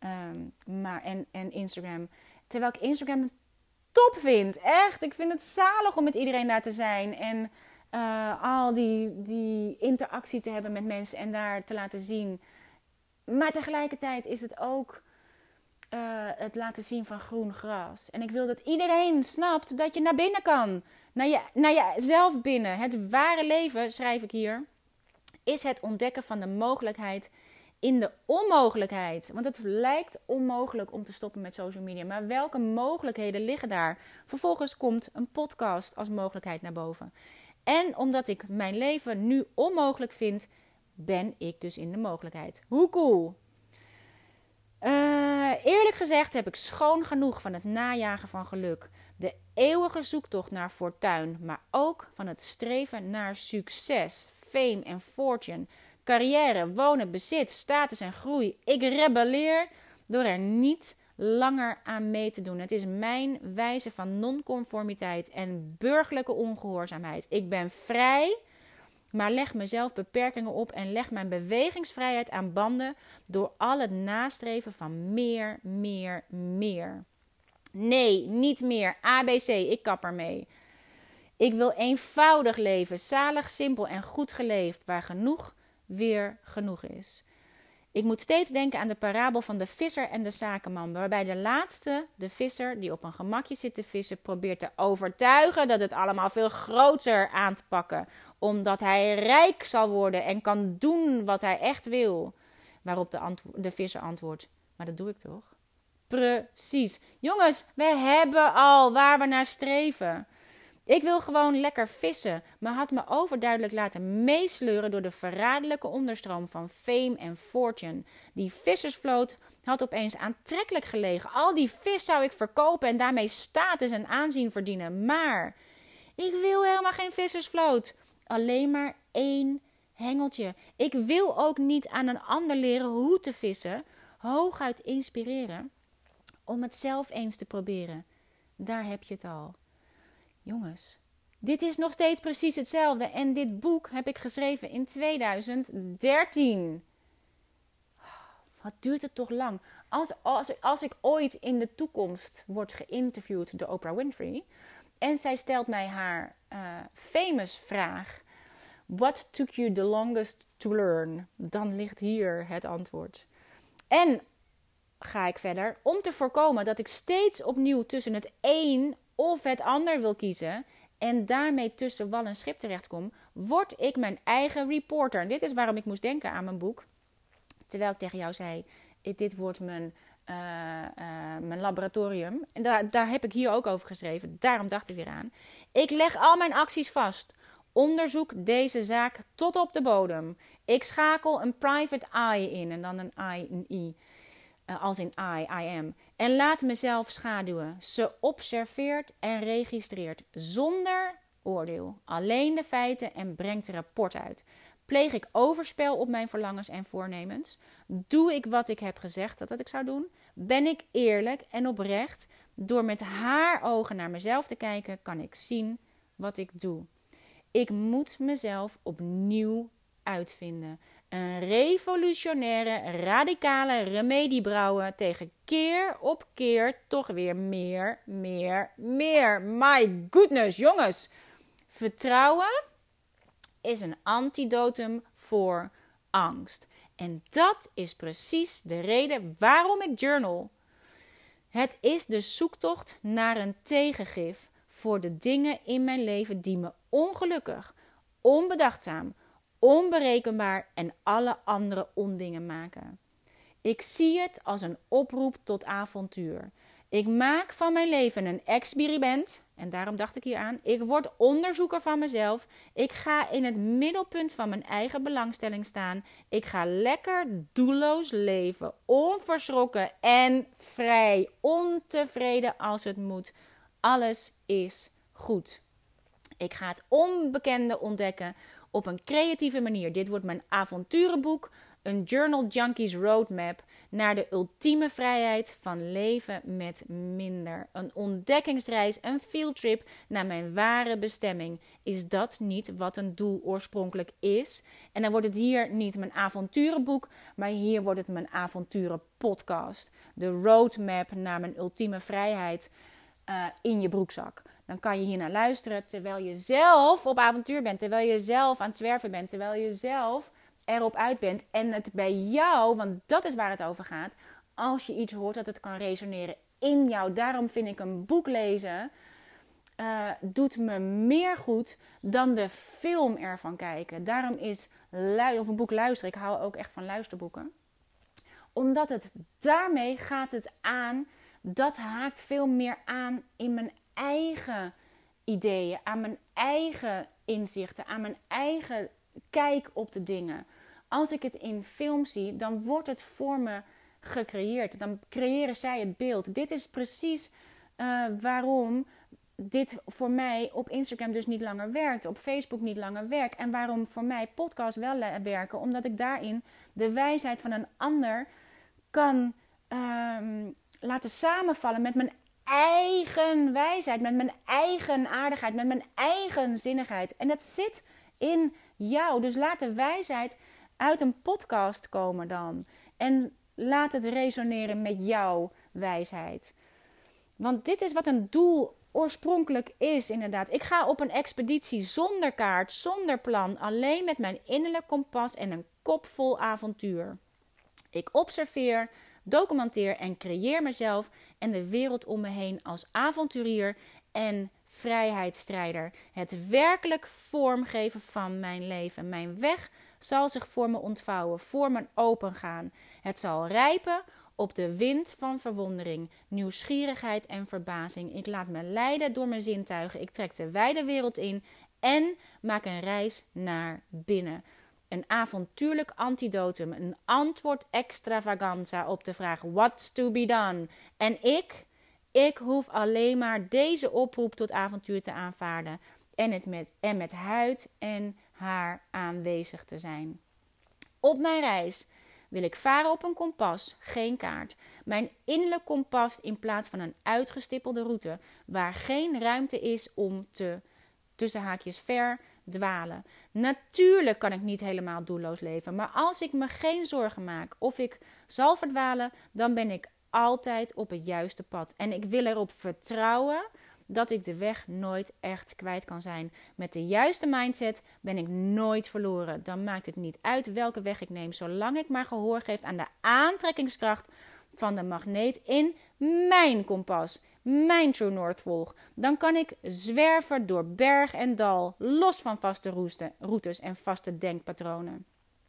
en Instagram. Terwijl ik Instagram top vind. Echt, ik vind het zalig om met iedereen daar te zijn. En al die interactie te hebben met mensen en daar te laten zien. Maar tegelijkertijd is het ook het laten zien van groen gras. En ik wil dat iedereen snapt dat je naar binnen kan. Naar jezelf binnen. Het ware leven, schrijf ik hier, is het ontdekken van de mogelijkheid in de onmogelijkheid. Want het lijkt onmogelijk om te stoppen met social media. Maar welke mogelijkheden liggen daar? Vervolgens komt een podcast als mogelijkheid naar boven. En omdat ik mijn leven nu onmogelijk vind, ben ik dus in de mogelijkheid. Hoe cool! Eerlijk gezegd heb ik schoon genoeg van het najagen van geluk. De eeuwige zoektocht naar fortuin, maar ook van het streven naar succes, fame en fortune, carrière, wonen, bezit, status en groei. Ik rebelleer door er niet langer aan mee te doen. Het is mijn wijze van non-conformiteit en burgerlijke ongehoorzaamheid. Ik ben vrij, maar leg mezelf beperkingen op en leg mijn bewegingsvrijheid aan banden door al het nastreven van meer, meer, meer. Nee, niet meer. ABC, ik kap ermee. Ik wil eenvoudig leven, zalig, simpel en goed geleefd, waar genoeg weer genoeg is. Ik moet steeds denken aan de parabel van de visser en de zakenman, waarbij de laatste, de visser die op een gemakje zit te vissen, probeert te overtuigen dat het allemaal veel groter aan te pakken, omdat hij rijk zal worden en kan doen wat hij echt wil. Waarop de visser antwoordt, maar dat doe ik toch? Precies. Jongens, we hebben al waar we naar streven. Ik wil gewoon lekker vissen, maar had me overduidelijk laten meesleuren door de verraderlijke onderstroom van fame en fortune. Die vissersvloot had opeens aantrekkelijk gelegen. Al die vis zou ik verkopen en daarmee status en aanzien verdienen. Maar ik wil helemaal geen vissersvloot. Alleen maar 1 hengeltje. Ik wil ook niet aan een ander leren hoe te vissen. Hooguit inspireren om het zelf eens te proberen. Daar heb je het al. Jongens, dit is nog steeds precies hetzelfde. En dit boek heb ik geschreven in 2013. Wat duurt het toch lang? Als ik ooit in de toekomst word geïnterviewd door Oprah Winfrey en zij stelt mij haar famous vraag: What took you the longest to learn? Dan ligt hier het antwoord. En ga ik verder, om te voorkomen dat ik steeds opnieuw tussen het een of het ander wil kiezen en daarmee tussen wal en schip terechtkom, word ik mijn eigen reporter. Dit is waarom ik moest denken aan mijn boek. Terwijl ik tegen jou zei, dit wordt mijn laboratorium. En daar heb ik hier ook over geschreven. Daarom dacht ik weer aan. Ik leg al mijn acties vast. Onderzoek deze zaak tot op de bodem. Ik schakel een private eye in en dan een I, een I. Als in I am. En laat mezelf schaduwen. Ze observeert en registreert zonder oordeel. Alleen de feiten en brengt rapport uit. Pleeg ik overspel op mijn verlangens en voornemens? Doe ik wat ik heb gezegd dat ik zou doen? Ben ik eerlijk en oprecht? Door met haar ogen naar mezelf te kijken, kan ik zien wat ik doe. Ik moet mezelf opnieuw uitvinden. Een revolutionaire, radicale remedie brouwen tegen keer op keer toch weer meer, meer, meer. My goodness, jongens. Vertrouwen is een antidotum voor angst. En dat is precies de reden waarom ik journal. Het is de zoektocht naar een tegengif voor de dingen in mijn leven die me ongelukkig, onbedachtzaam, onberekenbaar en alle andere ondingen maken. Ik zie het als een oproep tot avontuur. Ik maak van mijn leven een experiment En daarom dacht ik hier aan. Ik word onderzoeker van mezelf. Ik ga in het middelpunt van mijn eigen belangstelling staan. Ik ga lekker doelloos leven. Onverschrokken en vrij. Ontevreden als het moet. Alles is goed. Ik ga het onbekende ontdekken op een creatieve manier. Dit wordt mijn avonturenboek. Een Journal Junkies Roadmap naar de ultieme vrijheid van leven met minder. Een ontdekkingsreis, een fieldtrip naar mijn ware bestemming. Is dat niet wat een doel oorspronkelijk is? En dan wordt het hier niet mijn avonturenboek, maar hier wordt het mijn avonturenpodcast. De roadmap naar mijn ultieme vrijheid in je broekzak. Dan kan je hier naar luisteren terwijl je zelf op avontuur bent. Terwijl je zelf aan het zwerven bent. Terwijl je zelf erop uit bent. En het bij jou, want dat is waar het over gaat. Als je iets hoort dat het kan resoneren in jou. Daarom vind ik een boek lezen doet me meer goed dan de film ervan kijken. Daarom is of een boek luisteren. Ik hou ook echt van luisterboeken. Omdat het daarmee gaat het aan. Dat haakt veel meer aan in mijn eigen ideeën, aan mijn eigen inzichten, aan mijn eigen kijk op de dingen. Als ik het in film zie, dan wordt het voor me gecreëerd. Dan creëren zij het beeld. Dit is precies waarom dit voor mij op Instagram dus niet langer werkt, op Facebook niet langer werkt. En waarom voor mij podcasts wel werken, omdat ik daarin de wijsheid van een ander kan laten samenvallen met mijn eigen wijsheid, met mijn eigen aardigheid, met mijn eigen zinnigheid. En dat zit in jou. Dus laat de wijsheid uit een podcast komen dan. En laat het resoneren met jouw wijsheid. Want dit is wat een doel oorspronkelijk is inderdaad. Ik ga op een expeditie zonder kaart, zonder plan, alleen met mijn innerlijk kompas en een kop vol avontuur. Ik observeer, documenteer en creëer mezelf en de wereld om me heen als avonturier en vrijheidsstrijder. Het werkelijk vormgeven van mijn leven. Mijn weg zal zich voor me ontvouwen, voor me opengaan. Het zal rijpen op de wind van verwondering, nieuwsgierigheid en verbazing. Ik laat me leiden door mijn zintuigen. Ik trek de wijde wereld in en maak een reis naar binnen. Een avontuurlijk antidotum, een antwoord extravaganza op de vraag what's to be done. En ik hoef alleen maar deze oproep tot avontuur te aanvaarden en met huid en haar aanwezig te zijn. Op mijn reis wil ik varen op een kompas, geen kaart. Mijn innerlijk kompas in plaats van een uitgestippelde route waar geen ruimte is om tussen haakjes verdwalen. Natuurlijk kan ik niet helemaal doelloos leven, maar als ik me geen zorgen maak of ik zal verdwalen, dan ben ik altijd op het juiste pad. En ik wil erop vertrouwen dat ik de weg nooit echt kwijt kan zijn. Met de juiste mindset ben ik nooit verloren. Dan maakt het niet uit welke weg ik neem, zolang ik maar gehoor geef aan de aantrekkingskracht van de magneet in mijn kompas. Mijn True North volg. Dan kan ik zwerven door berg en dal, los van vaste routes en vaste denkpatronen.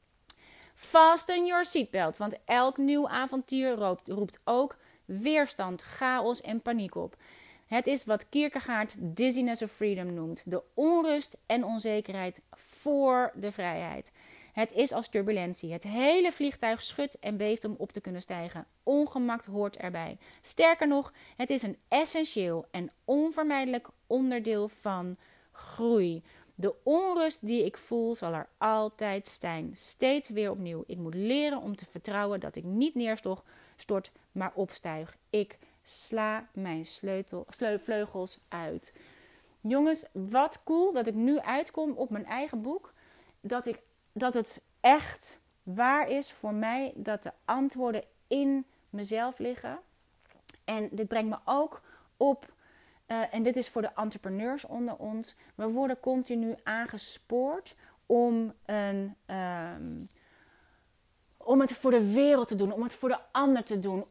Fasten your seatbelt, want elk nieuw avontuur roept ook weerstand, chaos en paniek op. Het is wat Kierkegaard dizziness of freedom noemt. De onrust en onzekerheid voor de vrijheid. Het is als turbulentie. Het hele vliegtuig schudt en beeft om op te kunnen stijgen. Ongemak hoort erbij. Sterker nog, het is een essentieel en onvermijdelijk onderdeel van groei. De onrust die ik voel zal er altijd zijn. Steeds weer opnieuw. Ik moet leren om te vertrouwen dat ik niet neerstort, maar opstijg. Ik sla mijn vleugels uit. Jongens, wat cool dat ik nu uitkom op mijn eigen boek. Dat het echt waar is voor mij dat de antwoorden in mezelf liggen. En dit brengt me ook op, en dit is voor de entrepreneurs onder ons. We worden continu aangespoord om het voor de wereld te doen, om het voor de ander te doen,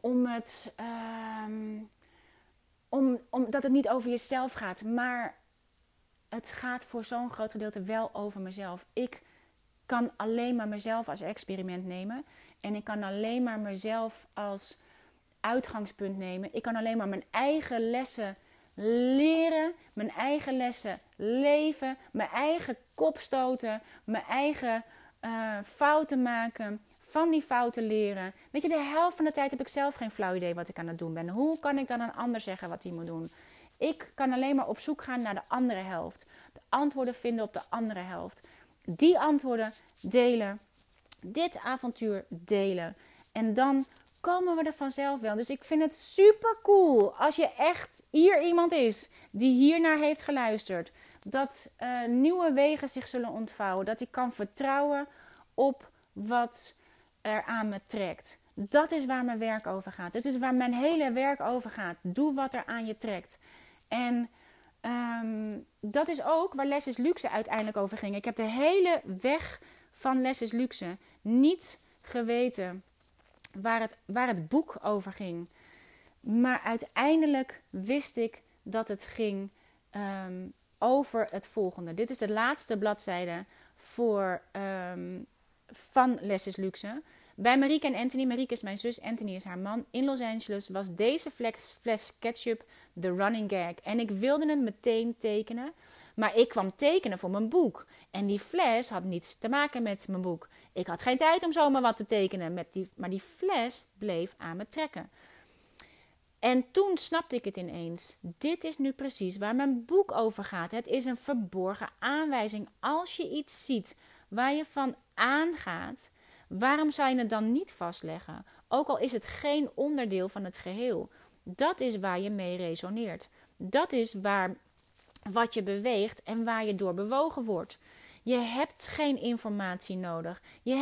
omdat het niet over jezelf gaat, maar het gaat voor zo'n groot gedeelte wel over mezelf. Ik kan alleen maar mezelf als experiment nemen en ik kan alleen maar mezelf als uitgangspunt nemen. Ik kan alleen maar mijn eigen lessen leren, mijn eigen lessen leven, mijn eigen kop stoten, mijn eigen fouten maken, van die fouten leren. Weet je, de helft van de tijd heb ik zelf geen flauw idee wat ik aan het doen ben. Hoe kan ik dan een ander zeggen wat hij moet doen? Ik kan alleen maar op zoek gaan naar de andere helft. De antwoorden vinden op de andere helft. Die antwoorden delen. Dit avontuur delen. En dan komen we er vanzelf wel. Dus ik vind het super cool als je echt hier iemand is die hiernaar heeft geluisterd. Dat nieuwe wegen zich zullen ontvouwen. Dat ik kan vertrouwen op wat er aan me trekt. Dat is waar mijn werk over gaat. Dit is waar mijn hele werk over gaat. Doe wat er aan je trekt. En dat is ook waar Les is Luxe uiteindelijk over ging. Ik heb de hele weg van Les is Luxe niet geweten waar het boek over ging. Maar uiteindelijk wist ik dat het ging over het volgende. Dit is de laatste bladzijde van Les is Luxe. Bij Marieke en Anthony. Marieke is mijn zus, Anthony is haar man. In Los Angeles was deze fles ketchup de running gag. En ik wilde hem meteen tekenen. Maar ik kwam tekenen voor mijn boek. En die fles had niets te maken met mijn boek. Ik had geen tijd om zomaar wat te tekenen. Maar die fles bleef aan me trekken. En toen snapte ik het ineens. Dit is nu precies waar mijn boek over gaat. Het is een verborgen aanwijzing. Als je iets ziet waar je van aangaat, waarom zou je het dan niet vastleggen? Ook al is het geen onderdeel van het geheel. Dat is waar je mee resoneert. Dat is wat je beweegt en waar je door bewogen wordt. Je hebt geen informatie nodig. Je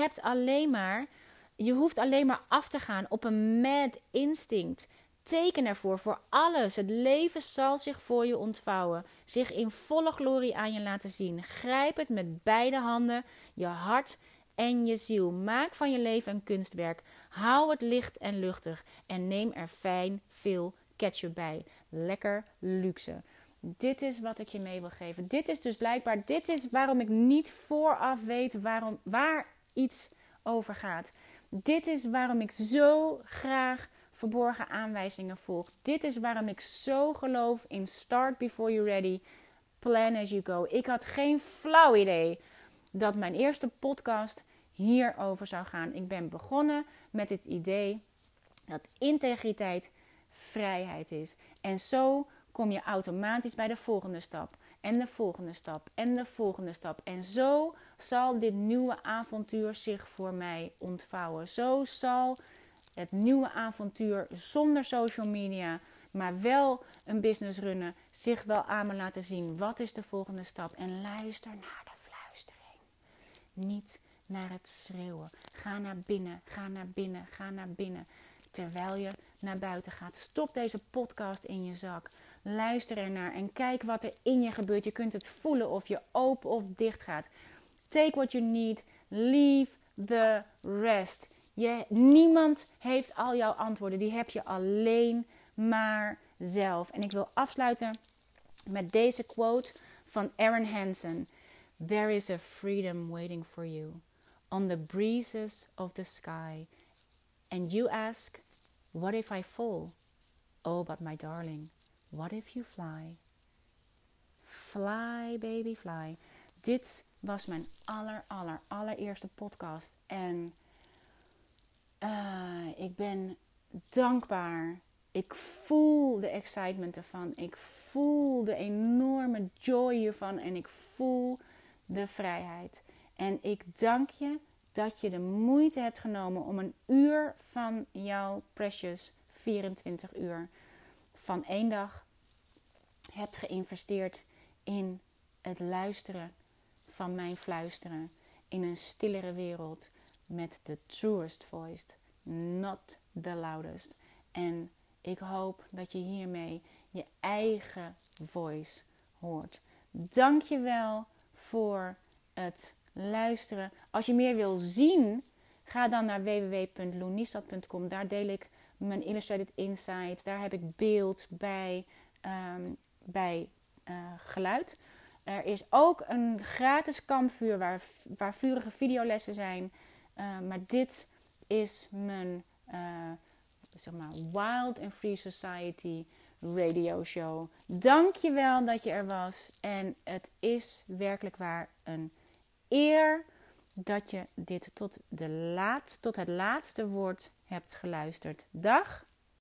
hoeft alleen maar af te gaan op een mad instinct. Teken ervoor, voor alles. Het leven zal zich voor je ontvouwen. Zich in volle glorie aan je laten zien. Grijp het met beide handen, je hart en je ziel. Maak van je leven een kunstwerk. Hou het licht en luchtig. En neem er fijn veel ketchup bij. Lekker luxe. Dit is wat ik je mee wil geven. Dit is dus blijkbaar, dit is waarom ik niet vooraf weet waar iets over gaat. Dit is waarom ik zo graag verborgen aanwijzingen volg. Dit is waarom ik zo geloof in start before you're ready, plan as you go. Ik had geen flauw idee dat mijn eerste podcast hierover zou gaan. Ik ben begonnen met het idee dat integriteit vrijheid is. En zo kom je automatisch bij de volgende stap. En de volgende stap. En de volgende stap. En zo zal dit nieuwe avontuur zich voor mij ontvouwen. Zo zal het nieuwe avontuur zonder social media, maar wel een business runnen, zich wel aan me laten zien. Wat is de volgende stap? En luister naar de fluistering. Niet naar het schreeuwen. Ga naar binnen, ga naar binnen, ga naar binnen. Terwijl je naar buiten gaat. Stop deze podcast in je zak. Luister ernaar en kijk wat er in je gebeurt. Je kunt het voelen of je open of dicht gaat. Take what you need. Leave the rest. Niemand heeft al jouw antwoorden. Die heb je alleen maar zelf. En ik wil afsluiten met deze quote van Aaron Hansen. There is a freedom waiting for you on the breezes of the sky. And you ask, what if I fall? Oh, but my darling, what if you fly? Fly, baby, fly. Dit was mijn allereerste podcast. En ik ben dankbaar. Ik voel de excitement ervan. Ik voel de enorme joy hiervan. En ik voel de vrijheid. En ik dank je dat je de moeite hebt genomen om een uur van jouw precious 24 uur van 1 dag hebt geïnvesteerd in het luisteren van mijn fluisteren. In een stillere wereld met the truest voice, not the loudest. En ik hoop dat je hiermee je eigen voice hoort. Dank je wel voor het luisteren. Als je meer wil zien, ga dan naar www.loeniestad.com. Daar deel ik mijn Illustrated Insights. Daar heb ik beeld bij geluid. Er is ook een gratis kampvuur waar vurige videolessen zijn. Maar dit is mijn Wild and Free Society Radio Show. Dank je wel dat je er was. En het is werkelijk waar een eer dat je dit tot het laatste woord hebt geluisterd. Dag!